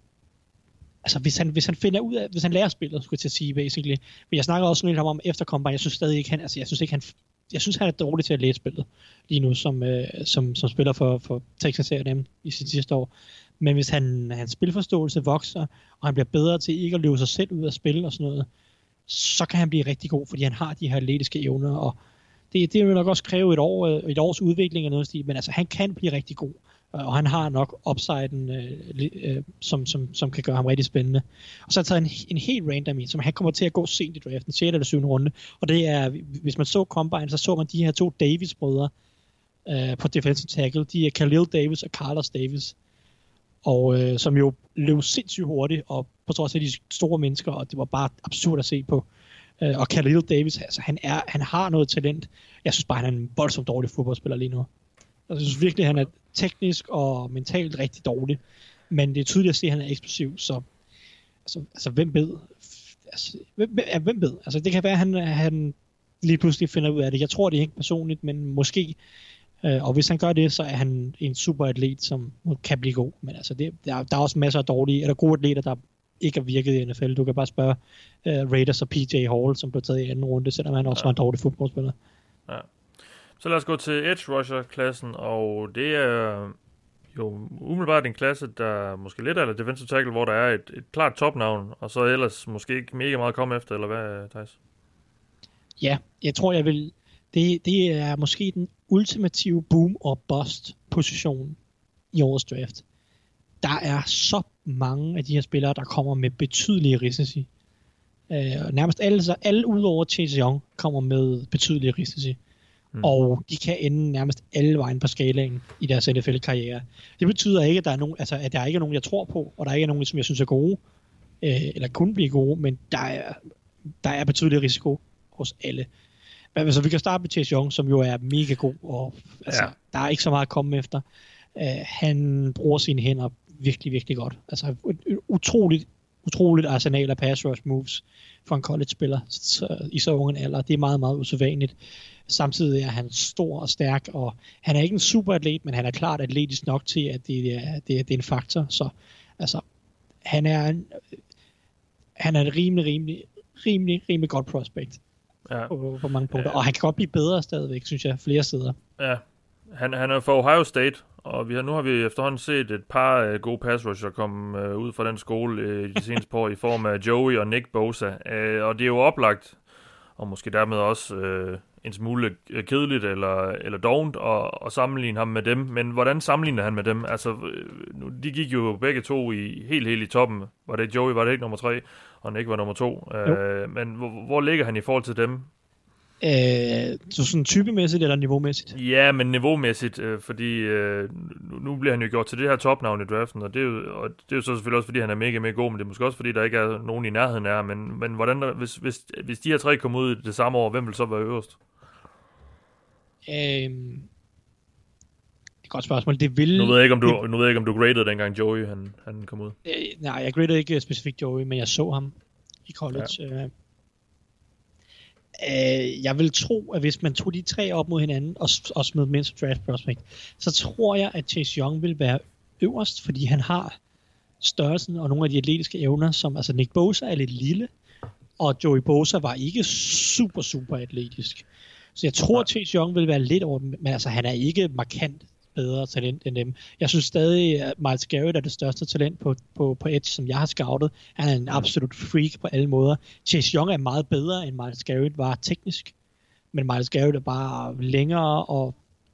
altså, hvis han, hvis han finder ud af, hvis han lærer spillet, skulle jeg til at sige, basically. Men jeg snakker også lidt om efter Combine, jeg synes stadig ikke, han, altså, jeg synes ikke, han, jeg synes, han er dårlig til at læse spillet, lige nu, som, øh, som, som spiller for, for Texas A and M i sit sidste år. Men hvis han, hans spilforståelse vokser, og han bliver bedre til ikke at løbe sig selv ud af spil og sådan noget, så kan han blive rigtig god, fordi han har de her atletiske evner, og det, det vil nok også kræve et, år, et års udvikling af noget stil, men altså, han kan blive rigtig god. Og han har nok upsiden, øh, øh, som, som, som kan gøre ham rigtig spændende. Og så har jeg taget en, en helt random i, som han kommer til at gå sent i draften, sjette eller syvende runde. Og det er, hvis man så Combine, så så man de her to Davis-brødre øh, på defensive tackle. De er Khalil Davis og Carlos Davis. Og øh, som jo løb sindssygt hurtigt, og på trods af de store mennesker, og det var bare absurd at se på. Øh, og Khalil Davis, altså, han, er, han har noget talent. Jeg synes bare, han er en voldsomt dårlig fodboldspiller lige nu. Jeg synes virkelig, han er teknisk og mentalt rigtig dårlig. Men det er tydeligt at se, at han er eksplosiv. Så altså, altså hvem ved? Altså, hvem, ja, hvem ved? Altså, det kan være, at han, han lige pludselig finder ud af det. Jeg tror det ikke personligt, men måske. Og hvis han gør det, så er han en super atlet, som kan blive god. Men altså, det, der, der er også masser af dårlige, eller gode atleter, der ikke har virket i N F L. Du kan bare spørge uh, Raiders og P J Hall, som blev taget i anden runde, selvom han også ja. var en dårlig fodboldspiller. Ja. Så lad os gå til Edge Rusher-klassen, og det er jo umiddelbart en klasse, der måske lidt er defensive tackle, hvor der er et, et klart topnavn, og så ellers måske ikke mega meget at komme efter, eller hvad, Thijs? Ja, jeg tror, jeg vil... Det, det er måske den ultimative boom- og bust-position i årets draft. Der er så mange af de her spillere, der kommer med betydelige risici. Uh, nærmest alle, så alle udover Chase Young kommer med betydelige risici. Mm. Og de kan ende nærmest alle vejen på skalaen i deres N F L-karriere. Det betyder ikke, at der, er nogen, altså, at der ikke er nogen, jeg tror på, og der ikke er nogen, som jeg synes er gode, øh, eller kunne blive gode, men der er, der er betydelig risiko hos alle. Men, altså, vi kan starte med Chase Young, som jo er mega god, og altså, ja. der er ikke så meget at komme efter. Uh, han bruger sine hænder virkelig, virkelig godt. Altså et, et utroligt, utroligt arsenal af pass rush moves for en college-spiller så, i så ung en alder. Det er meget, meget usædvanligt. Samtidig er han stor og stærk, og han er ikke en superatlet, men han er klart atletisk nok til, at det er, det er, det er en faktor. Så altså, han er en, han er en rimelig, rimelig, rimelig, rimelig godt prospect ja. på, på mange punkter. Ja. Og han kan godt blive bedre stadigvæk, synes jeg, flere steder. Ja, han, han er fra Ohio State, og vi har, nu har vi efterhånden set et par uh, gode pass rusher komme uh, ud fra den skole uh, de seneste par år i form af Joey og Nick Bosa. Uh, og det er jo oplagt, og måske dermed også uh, en smule kedeligt eller, eller dovent at, at sammenligne ham med dem. Men hvordan sammenligner han med dem? Altså, uh, de gik jo begge to i helt, helt i toppen. Var det Joey, var det ikke nummer tre, og Nick var nummer to. Uh, men hvor, hvor ligger han i forhold til dem? Øh, så sådan typemæssigt eller niveaumæssigt? Ja, men niveaumæssigt, øh, fordi øh, nu, nu bliver han jo gjort til det her topnavn i draften, og det, er jo, og det er jo så selvfølgelig også, fordi han er mega, mega god, men det er måske også, fordi der ikke er nogen i nærheden af, men, men hvordan der, hvis, hvis, hvis de her tre kommer ud det samme år, hvem vil så være øverst? Øhm, et godt spørgsmål. Det vil... Nu ved jeg ikke, om du, det, nu ved jeg ikke, om du gradede dengang Joey han, han kom ud. Øh, nej, jeg gradede ikke specifikt Joey, men jeg så ham i college. Ja. Øh, øh, jeg vil tro, at hvis man tog de tre op mod hinanden og, og smed dem ind som draft prospect, så tror jeg, at Chase Young vil være øverst, fordi han har størrelsen og nogle af de atletiske evner, som altså Nick Bosa er lidt lille, og Joey Bosa var ikke super, super atletisk. Så jeg tror, at Chase Young vil være lidt over dem, men altså, han er ikke markant bedre talent end dem. Jeg synes stadig, at Myles Garrett er det største talent på, på, på Edge, som jeg har scoutet. Han er en absolut freak på alle måder. Chase Young er meget bedre, end Myles Garrett var teknisk, men Myles Garrett er bare længere og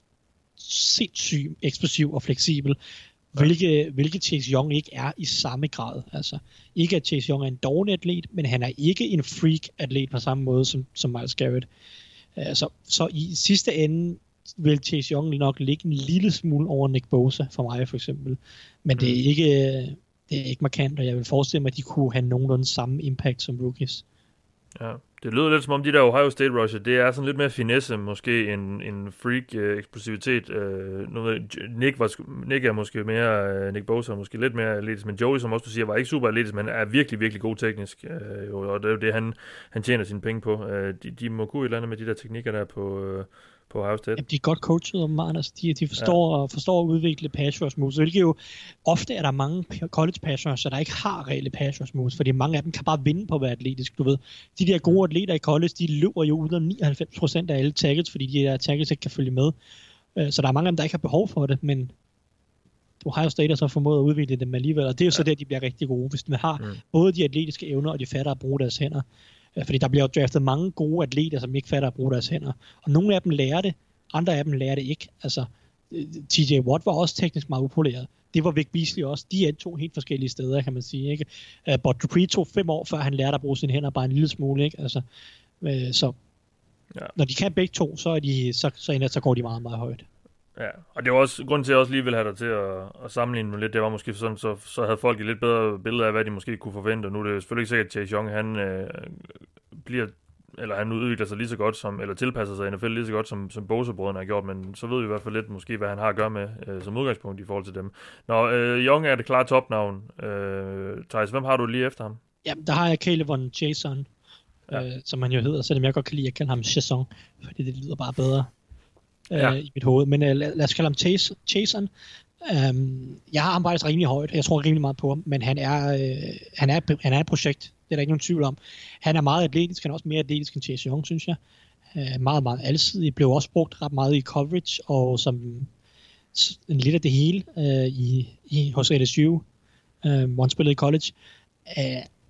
sindssygt eksplosiv og fleksibel, hvilket, hvilket Chase Young ikke er i samme grad. Altså, ikke at Chase Young er en dårlig atlet, men han er ikke en freak-atlet på samme måde som, som Myles Garrett. Så, så i sidste ende vil Chase Young nok ligge en lille smule over Nick Bosa for mig for eksempel, men det er ikke det er ikke markant, og jeg vil forestille mig, at de kunne have nogenlunde samme impact som rookies. Ja, det lyder lidt som om de der Ohio State rusher, det er sådan lidt mere finesse måske en en freak øh, eksplosivitet. Øh, nu ved, Nick var Nick er måske mere øh, Nick Bosa måske lidt mere atletisk, men Joey, som også du siger, var ikke super atletisk, men er virkelig virkelig god teknisk. Øh, og det er jo det han han tjener sine penge på. Øh, de, de må kunne et eller andet med de der teknikker der på øh, på Ohio State. Jamen, de er godt coachet om meget, altså de, de forstår, ja. forstår at udvikle pass rush moves, hvilket jo ofte er der mange college pass rush, så der ikke har reelle pass rush moves, fordi mange af dem kan bare vinde på at være atletisk, du ved. De der gode atleter i college, de løber jo ud af nioghalvfems procent af alle tackles, fordi de der tackles ikke kan følge med. Så der er mange af dem, der ikke har behov for det, men Ohio State har så formået at udvikle dem alligevel, og det er jo ja. så der, de bliver rigtig gode, hvis man har mm. både de atletiske evner, og de fatter at bruge deres hænder. Fordi der bliver jo draftet mange gode atleter, som ikke fatter at bruge deres hænder. Og nogle af dem lærer det, andre af dem lærer det ikke. Altså, T J Watt var også teknisk meget upoleret. Det var Vic Beasley også. De er to helt forskellige steder, kan man sige. Ikke? Uh, Bud Dupree tog fem år, før han lærte at bruge sine hænder bare en lille smule. Ikke? Altså, uh, så ja. Når de kan begge to, så, er de, så, så, så går de meget, meget højt. Ja, og det var også grunden til, at jeg også lige ville have dig til at, at sammenligne dem lidt. Det var måske sådan, så, så havde folk et lidt bedre billede af, hvad de måske kunne forvente. Og nu er det selvfølgelig ikke sikkert, at Chase Young, han øh, bliver, eller han udvikler sig lige så godt som, eller tilpasser sig i N F L lige så godt, som, som Bosa-brødrene har gjort. Men så ved vi i hvert fald lidt måske, hvad han har at gøre med øh, som udgangspunkt i forhold til dem. Når øh, Young er det klare topnavn. Øh, Thijs, hvem har du lige efter ham? Jamen, der har jeg Caleb Jason, ja. øh, som han jo hedder, selvom jeg godt kan lide at kalde ham Chasson, fordi det lyder bare bedre. Ja. Øh, i mit hoved, men uh, lad, lad os kalde ham Chase, Chasen. Um, jeg har ham faktisk rimelig højt, jeg tror rimelig meget på ham, men han er, øh, han, er, han er et projekt, det er der ikke nogen tvivl om. Han er meget atletisk, han er også mere atletisk end Chase Young, synes jeg. Uh, meget, meget alsidig, blev også brugt ret meget i coverage, og som en lidt af det hele uh, i, i, hos L S U, uh, hvor han spillede i college. Uh,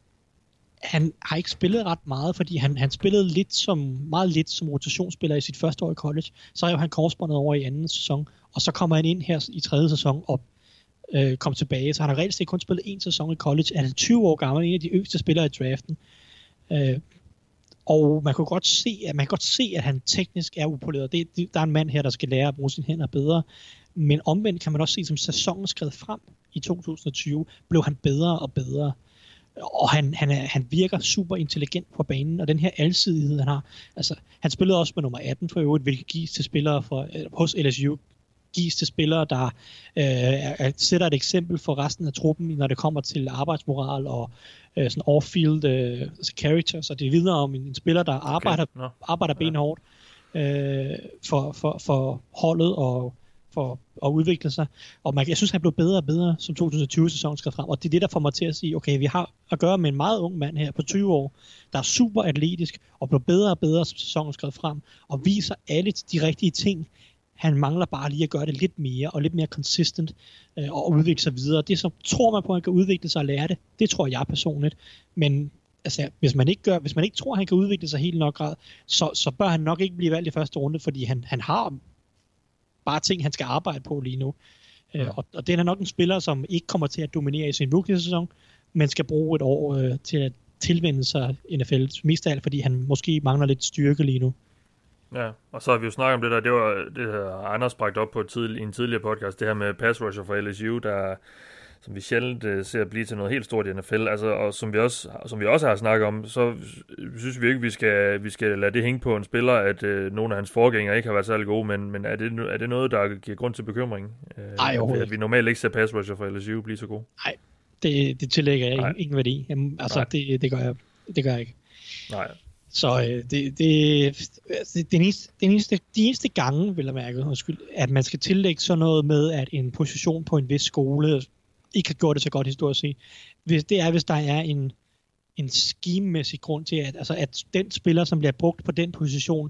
Han har ikke spillet ret meget, fordi han, han spillede lidt som, meget lidt som rotationsspiller i sit første år i college. Så er han korsbåndet over i anden sæson, og så kommer han ind her i tredje sæson og øh, kom tilbage. Så han har reelt set kun spillet en sæson i college. Han er tyve år gammel, en af de yngste spillere i draften. Øh, og man kan godt se, at man kan godt se, at han teknisk er upoleret. Det, det, der er en mand her, der skal lære at bruge sine hænder bedre. Men omvendt kan man også se, som sæsonen skred frem i to tusind og tyve, blev han bedre og bedre. Og han, han, er, han virker super intelligent på banen, og den her alsidighed, han har. Altså, han spillede også med nummer atten for øvrigt, hvilket gives til spillere fra, hos L S U, gives til spillere, der øh, sætter et eksempel for resten af truppen, når det kommer til arbejdsmoral og øh, sådan off-field øh, altså character. Så det vidner om en, en spiller, der arbejder, okay. no. arbejder benhårdt øh, for, for, for holdet og for at udvikle sig. Og man, jeg synes, han blev bedre og bedre, som to tusind og tyve-sæsonen skrev frem. Og det er det, der får mig til at sige, okay, vi har at gøre med en meget ung mand her på tyve år, der er super atletisk, og blev bedre og bedre, som sæsonen skrev frem, og viser alle de rigtige ting. Han mangler bare lige at gøre det lidt mere, og lidt mere consistent, øh, og udvikle sig videre. Det, som tror man på, at han kan udvikle sig og lære det, det tror jeg personligt. Men altså, hvis man ikke gør, hvis man ikke tror, at han kan udvikle sig helt nok grad, så, så bør han nok ikke blive valgt i første runde, fordi han, han har bare ting, han skal arbejde på lige nu. Ja. Øh, og, og det er nok en spiller, som ikke kommer til at dominere i sin rookie-sæson, men skal bruge et år øh, til at tilvende sig N F L, mest af alt, fordi han måske mangler lidt styrke lige nu. Ja, og så har vi jo snakket om det der, det var det her Anders bragt op på et tidlig, i en tidligere podcast, det her med pass rusher for L S U, der som vi sjældent uh, ser blive til noget helt stort i N F L, altså, og som vi også, som vi også har snakket om, så synes vi ikke, vi skal, vi skal lade det hænge på en spiller, at uh, nogle af hans forgængere ikke har været særlig gode, men, men er, det, er det noget, der giver grund til bekymring? Nej, uh, at, at vi normalt ikke ser pass rusher for L S U blive så gode? Nej, det, det tillægger jeg ingen, ingen værdi. Jamen, altså, det, det, gør jeg, det gør jeg ikke. Nej. Så øh, det, det, det, det eneste, det eneste, de eneste gange, vil jeg mærke, undskyld, at man skal tillægge sådan noget med, at en position på en vis skole ikke har gjort det så godt historisk set. Hvis, det er, hvis der er en, en scheme-mæssig grund til, at, altså, at den spiller, som bliver brugt på den position,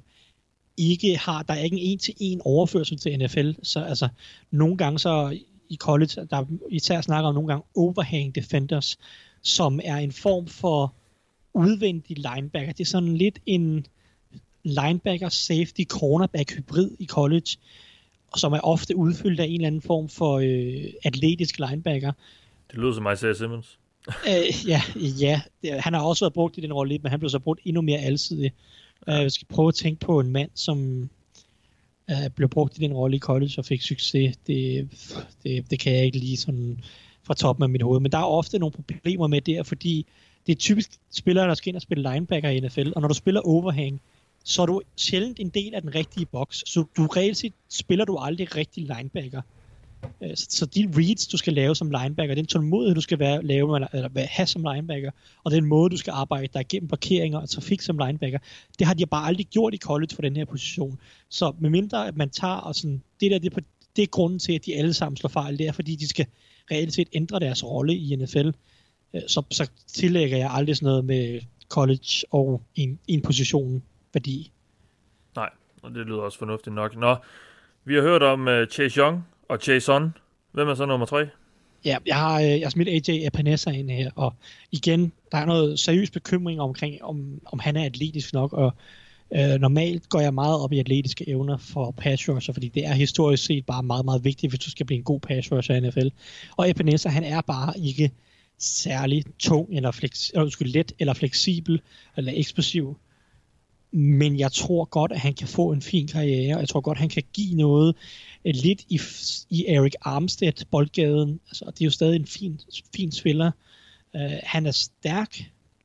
ikke har, der er ikke en en-til-en overførsel til N F L. Så altså, nogle gange så i college, der især snakker om nogle gange overhang defenders, som er en form for udvendig linebacker. Det er sådan lidt en linebacker, safety, cornerback hybrid i college, som er ofte udfyldt af en eller anden form for øh, atletisk linebacker. Det lyder som Isaiah Simmons. øh, ja, ja. Det, han har også været brugt i den rolle, men han blev så brugt endnu mere alsidig. Ja. Jeg skal prøve at tænke på en mand, som øh, blev brugt i den rolle i college og fik succes. Det, det, det kan jeg ikke lige sådan fra toppen af mit hoved. Men der er ofte nogle problemer med det, fordi det er typisk spillere, der skal ind og spille linebacker i N F L, og når du spiller overhang, så er du sjældent en del af den rigtige boks. Så du reelt set spiller du aldrig rigtig linebacker. Så, så de reads, du skal lave som linebacker, den tålmodighed, du skal være, lave, eller, eller have som linebacker, og den måde, du skal arbejde dig igennem parkeringer og trafik som linebacker, det har de bare aldrig gjort i college for den her position. Så medmindre at man tager, og sådan, det der, det er, det er grunden til, at de alle sammen slår fejl, det er, fordi de skal reelt set ændre deres rolle i N F L. Så, så tillægger jeg aldrig sådan noget med college og en, en position værdi. Nej, og det lyder også fornuftigt nok. Nå, vi har hørt om uh, Chase Young og Jason. Hvem er så nummer tre? Ja, jeg har, jeg har smidt A J Epinesa ind her, og igen, der er noget seriøs bekymring omkring, om, om han er atletisk nok, og øh, normalt går jeg meget op i atletiske evner for pass rusher, fordi det er historisk set bare meget, meget vigtigt, hvis du skal blive en god pass rusher i N F L. Og Epinesa, han er bare ikke særlig tung, eller, fleks, eller let, eller fleksibel, eller eksplosiv. Men jeg tror godt, at han kan få en fin karriere, og jeg tror godt, at han kan give noget lidt i, i Eric Armstead, boldgaden. Altså, det er jo stadig en fin, fin spiller. Uh, han er stærk,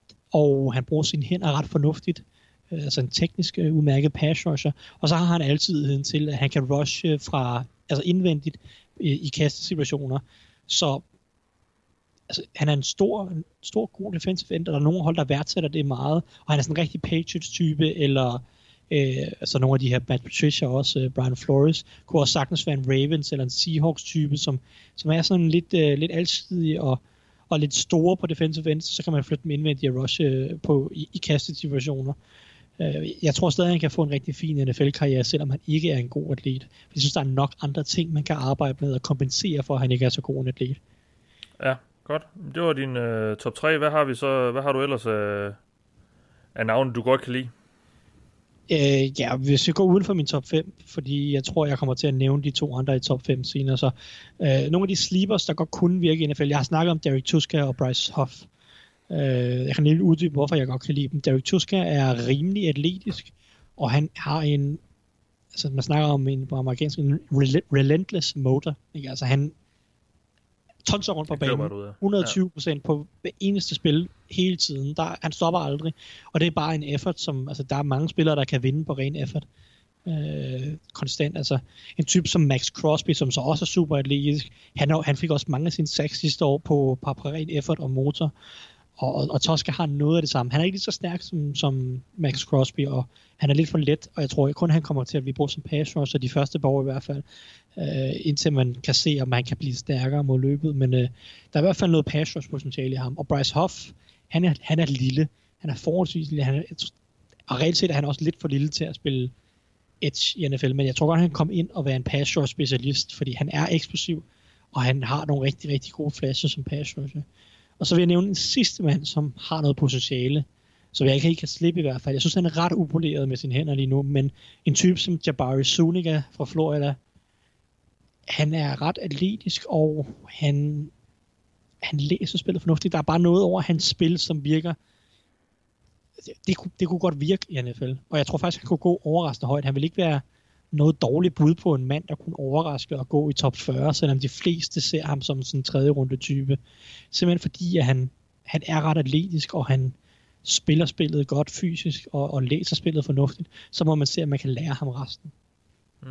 og han bruger sine hænder ret fornuftigt. Uh, altså en teknisk uh, udmærket pass rusher. Og så har han altid til, at han kan rushe fra, altså indvendigt uh, i kastesituationer. Så altså, han er en stor, en stor god defensive end, og der er nogle hold, der værdsætter det meget, og han er sådan en rigtig Patriots-type, eller øh, altså nogle af de her Matt Patricia også, øh, Brian Flores, kunne også sagtens være en Ravens eller en Seahawks-type, som, som er sådan lidt, øh, lidt alsidig og, og lidt store på defensive end, så kan man flytte dem indvendigt og rush øh, på, i, i kastesituationer. Øh, jeg tror stadig, at han kan få en rigtig fin N F L-karriere, selvom han ikke er en god atlet. Jeg synes, der er nok andre ting, man kan arbejde med og kompensere for, at han ikke er så god en atlet. Ja. Godt. Det var din øh, top tre. Hvad har vi så? Hvad har du ellers øh, af navne, du godt kan lide? Øh, ja, hvis jeg går uden for min top fem, fordi jeg tror, jeg kommer til at nævne de to andre i top fem senere. Så øh, nogle af de sleepers, der godt kunne virke i N F L. Jeg har snakket om Derek Tuska og Bryce Huff. Øh, jeg kan lige uddybe, hvorfor jeg godt kan lide dem. Derek Tuska er rimelig atletisk, og han har en, altså man snakker om en på amerikansk, en relentless motor. Ikke? Altså han tonser rundt på banen, hundrede og tyve procent på hver eneste spil hele tiden. Der, han stopper aldrig, og det er bare en effort, som, altså der er mange spillere, der kan vinde på ren effort. Øh, konstant, altså en type som Max Crosby, som så også er super atletisk. Han, han fik også mange af sine sacks sidste år på, på ren effort og motor, og, og, og Tosca har noget af det samme. Han er ikke lige så stærk som, som Max Crosby, og han er lidt for let, og jeg tror kun, han kommer til at blive brugt som pass rusher de første par år i hvert fald. Uh, indtil man kan se, om man kan blive stærkere mod løbet, men uh, der er i hvert fald noget pass rush potentiale i ham. Og Bryce Huff, han er, han er lille, han er forholdsvis lille, han er, og reelt set er han også lidt for lille til at spille edge i N F L, men jeg tror godt, han kan komme ind og være en pass rush specialist, fordi han er eksplosiv, og han har nogle rigtig, rigtig gode flashes som pass rusher. Og så vil jeg nævne en sidste mand, som har noget potentiale, så jeg ikke kan slippe i hvert fald. Jeg synes, han er ret upoleret med sine hænder lige nu, men en type som Jabari Zuniga fra Florida, han er ret atletisk, og han, han læser spillet fornuftigt. Der er bare noget over hans spil, som virker det, kunne, det kunne godt virke i N F L. Og jeg tror faktisk, han kunne gå overraskende højt. Han vil ikke være noget dårligt bud på en mand, der kunne overraske og gå i top fyrre, selvom de fleste ser ham som sådan en tredje runde type. Simpelthen fordi, at han, han er ret atletisk, og han spiller spillet godt fysisk, og, og læser spillet fornuftigt. Så må man se, at man kan lære ham resten. Mm.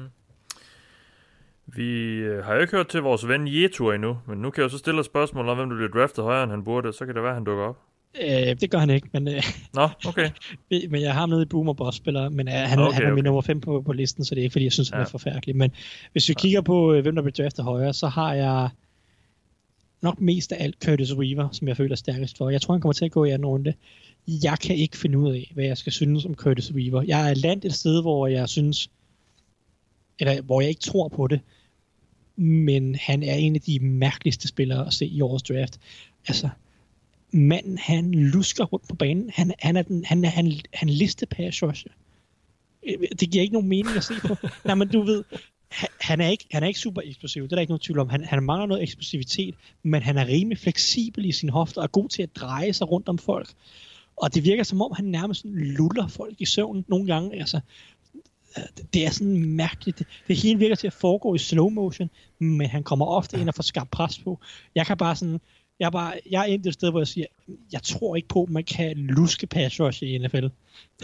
Vi har jo ikke hørt til vores ven Jetur endnu, men nu kan jeg jo så stille et spørgsmål om, hvem der bliver draftet højere, end han burde, så kan det være, at han dukker op. Øh, det gør han ikke, men, øh, Nå, okay. men jeg har ham nede i Boomer Boss spiller, men øh, han, okay, han er min okay. nummer fem på, på listen, så det er ikke, fordi jeg synes, han ja. er forfærdelig. Men hvis vi ja. kigger på, øh, hvem der bliver draftet højere, så har jeg nok mest af alt Curtis Weaver, som jeg føler stærkest for. Jeg tror, han kommer til at gå i anden runde. Jeg kan ikke finde ud af, hvad jeg skal synes om Curtis Weaver. Jeg er landet et sted, hvor jeg synes, eller hvor jeg ikke tror på det, men han er en af de mærkeligste spillere at se i årets draft. Altså, manden, han lusker rundt på banen. Han, han er den, han, han, han liste pass rusher. Det giver ikke nogen mening at se på. Nej, men du ved, han, han, er ikke, han er ikke super eksplosiv. Det er der ikke nogen tvivl om. Han, han mangler noget eksplosivitet, men han er rimelig fleksibel i sin hofter og er god til at dreje sig rundt om folk. Og det virker som om, han nærmest luller folk i søvn nogle gange. Altså, det er sådan mærkeligt. Det, det hele virker til at foregå i slow motion, men han kommer ofte ind og får skabt pres på. Jeg kan bare sådan, jeg er bare, jeg er endt et sted, hvor jeg siger, jeg tror ikke på, at man kan luske pass rush i N F L.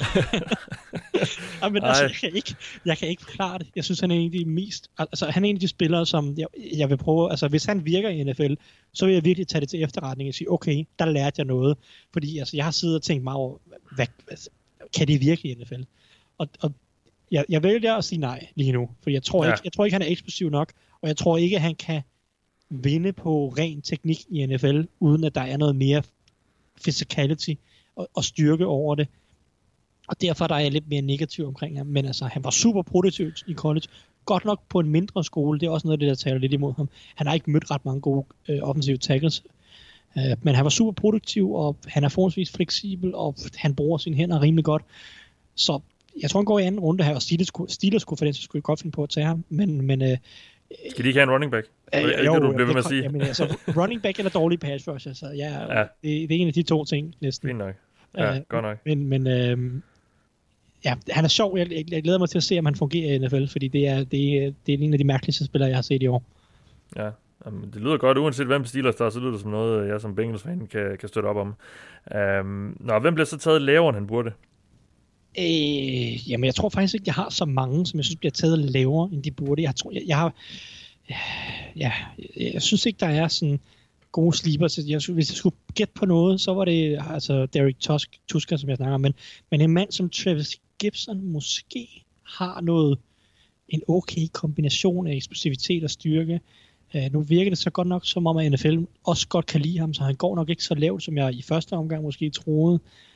Men altså, jeg kan ikke, jeg kan ikke forklare det. Jeg synes, han er en af de mest, altså han er en af de spillere, som jeg, jeg vil prøve, altså hvis han virker i N F L, så vil jeg virkelig tage det til efterretning og sige, okay, der lærte jeg noget. Fordi altså, jeg har siddet og tænkt mig over, hvad, kan det virke i N F L? Og, og Jeg, jeg vælger at sige nej lige nu, for jeg tror, ja. ikke, jeg tror ikke, han er eksplosiv nok, og jeg tror ikke, han kan vinde på ren teknik i N F L, uden at der er noget mere physicality og, og styrke over det. Og derfor der er jeg lidt mere negativ omkring ham. Men altså, han var super produktiv i college. Godt nok på en mindre skole, det er også noget af det, der taler lidt imod ham. Han har ikke mødt ret mange gode øh, offensive tackles, øh, men han var super produktiv, og han er forholdsvis fleksibel, og han bruger sine hænder rimelig godt. Så jeg tror, han går i anden runde her, og Steelers kunne, Steelers kunne for den, så skulle jeg godt finde på at tage ham. Men, men, øh, skal de ikke have en running back? Øh, det, jo, det, du bliver ved med at sige. Jamen, altså, running back eller dårlig pass rush, altså, ja, ja. Det, det er en af de to ting næsten. Fint nok. Ja, uh, godt nok. Men, men øh, ja, han er sjov. Jeg, jeg, jeg glæder mig til at se, om han fungerer i N F L, fordi det er, det, er, det er en af de mærkeligste spillere, jeg har set i år. Ja, um, det lyder godt, uanset hvem Steelers der er, så lyder det som noget, jeg som Bengals-fan kan, kan støtte op om. Um, nå, hvem bliver så taget lavere, end han burde? Øh, jamen, jeg tror faktisk ikke, jeg har så mange, som jeg synes bliver taget lavere, end de burde. Jeg tror, jeg, jeg har... Ja, jeg synes ikke, der er sådan gode sleepers. Jeg, hvis jeg skulle gætte på noget, så var det altså Derek Tusk, Tusker, som jeg snakker om. Men, men en mand som Travis Gibson måske har noget, en okay kombination af eksplosivitet og styrke. Uh, nu virker det så godt nok, som om at N F L også godt kan lide ham, så han går nok ikke så lavt, som jeg i første omgang måske troede.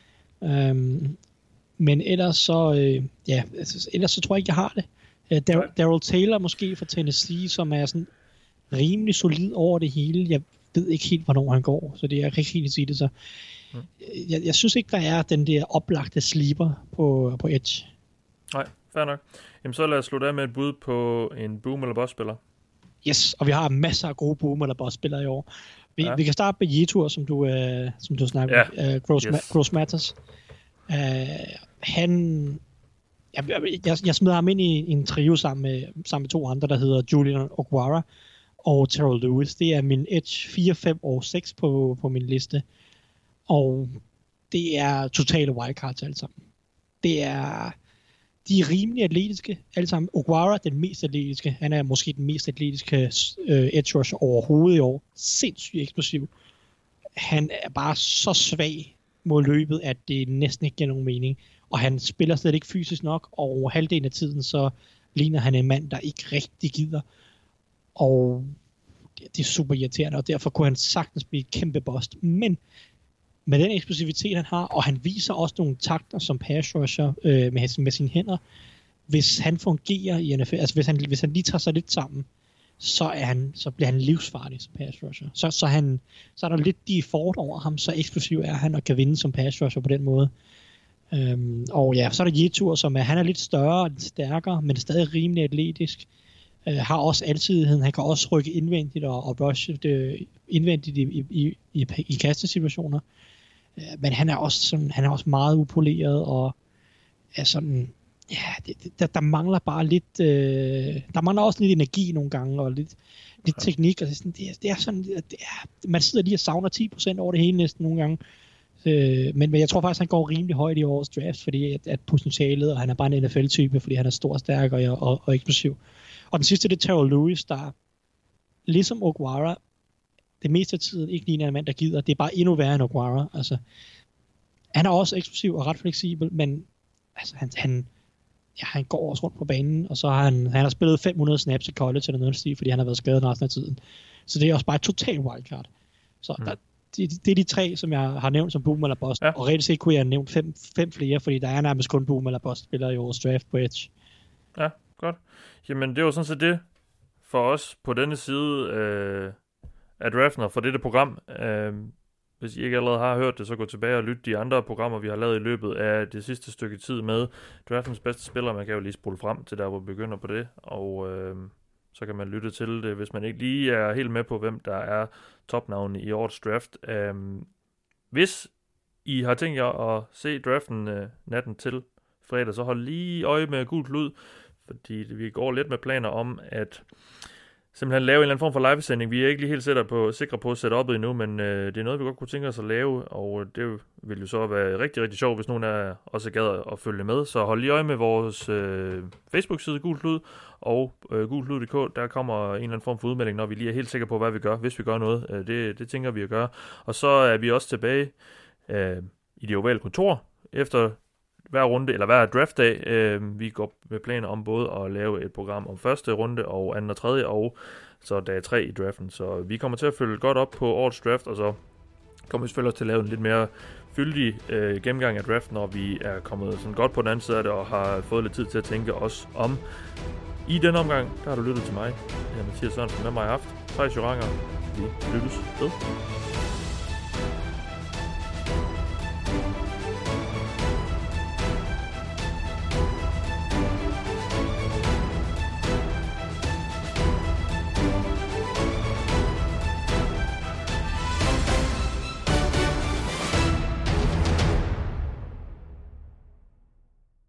Um, men ellers så, uh, ja, altså, ellers så tror jeg ikke, jeg har det. Uh, Dar- Darrell Taylor måske fra Tennessee, som er sådan rimelig solid over det hele. Jeg ved ikke helt, hvornår han går, så det er ikke helt at sige det så. Mm. Jeg, jeg synes ikke, der er den der oplagte sleeper på, på Edge. Nej, fair nok. Jamen så lad os slutte af med et bud på en boom eller boss spiller. Yes, og vi har masser af gode boom eller boss spillere i år. Vi, ja. vi kan starte med Jetur, som du, uh, som du snakker om. Ja. Uh, Gross, yes. Ma- Gross Matters. Uh, han... Jeg, jeg, jeg smider ham ind i, i en trio sammen med, sammen med to andre, der hedder Julian Okwara og Terrell Lewis. Det er min Edge fire, fem og seks på, på min liste. Og det er totale wildcards alle sammen. Det er... De er rimelig atletiske alle sammen. Okwara den mest atletiske. Han er måske den mest atletiske øh, edge rusher overhovedet i år. Sindssygt eksplosiv. Han er bare så svag mod løbet, at det næsten ikke giver nogen mening. Og han spiller slet ikke fysisk nok, og over halvdelen af tiden, så ligner han en mand, der ikke rigtig gider. Og det er super irriterende, og derfor kunne han sagtens blive et kæmpe bust. Men med den eksplosivitet, han har, og han viser også nogle takter som pass rusher øh, med, med sine hænder, hvis han fungerer i N F L, altså hvis han, hvis han lige tager sig lidt sammen, så, er han, så bliver han livsfarlig som pass rusher. Så, så, han, så er der lidt default over ham, så eksplosiv er han og kan vinde som pass rusher på den måde. Øhm, og ja, så er der Jetur, som er, han er lidt større og lidt stærkere, men stadig rimelig atletisk. Øh, har også altidigheden, han kan også rykke indvendigt og, og rushe det indvendigt i, i, i, i kastesituationer. Men han er også sådan, han er også meget upoleret og er sådan, ja, det, det, der, der mangler bare lidt, øh, der mangler også lidt energi nogle gange og lidt, lidt teknik. Og det, er sådan, det, er, det er sådan, det er, man sidder lige og savner ti procent over det hele næsten nogle gange. Øh, men, men jeg tror faktisk, han går rimelig højt i årets draft, fordi at, at potentialet, og han er bare en N F L-type, fordi han er stor, stærk og, og, og eksplosiv. Og den sidste, det er Terrell Lewis, der ligesom Okwara, det meste af tiden ikke ligner en mand, der gider. Det er bare endnu værre end Okwara. Altså, han er også eksplosiv og ret fleksibel, men altså, han, han, ja, han går også rundt på banen, og så har han, han har spillet fem hundrede snaps i college eller noget stil, fordi han har været skadet resten af tiden. Så det er også bare et totalt wildcard. Så mm. der, det, det er de tre, som jeg har nævnt som boom eller bust, ja. Og reelt set kunne jeg have nævnt fem, fem flere, fordi der er nærmest kun boom eller bust spillere i årets draft på edge. Ja, godt. Jamen, det var sådan set det for os på denne side øh, af draften og for dette program. Øh, hvis I ikke allerede har hørt det, så gå tilbage og lyt de andre programmer, vi har lavet i løbet af det sidste stykke tid med draftens bedste spillere. Man kan jo lige spole frem til der, hvor vi begynder på det, og øh, så kan man lytte til det, hvis man ikke lige er helt med på, hvem der er topnavne i årets draft. Øh, hvis I har tænkt jer at se draften øh, natten til fredag, så hold lige øje med Gul Klud, fordi vi går lidt med planer om at simpelthen lave en eller anden form for livesending. Vi er ikke lige helt sikre på, sikre på at sætte op endnu, men øh, det er noget, vi godt kunne tænke os at lave, og det vil jo så være rigtig, rigtig sjovt, hvis nogen af også gad at følge med. Så hold lige øje med vores øh, Facebook-side, Gul Klud, og øh, gul klud punktum d k. Der kommer en eller anden form for udmelding, når vi lige er helt sikre på, hvad vi gør, hvis vi gør noget. Øh, det, det tænker vi at gøre. Og så er vi også tilbage øh, i det ovale kontor, efter hver runde, eller hver draftdag. Øh, vi går med planer om både at lave et program om første runde og anden og tredje, og så dag tre i draften. Så vi kommer til at følge godt op på årets draft, og så kommer vi selvfølgelig også til at lave en lidt mere fyldig øh, gennemgang af draften, når vi er kommet sådan godt på den anden side af det, og har fået lidt tid til at tænke os om. I denne omgang, der har du lyttet til mig, Mathias Sørensen, med mig i aften. Thijs Joranger. Vi lyttes ved.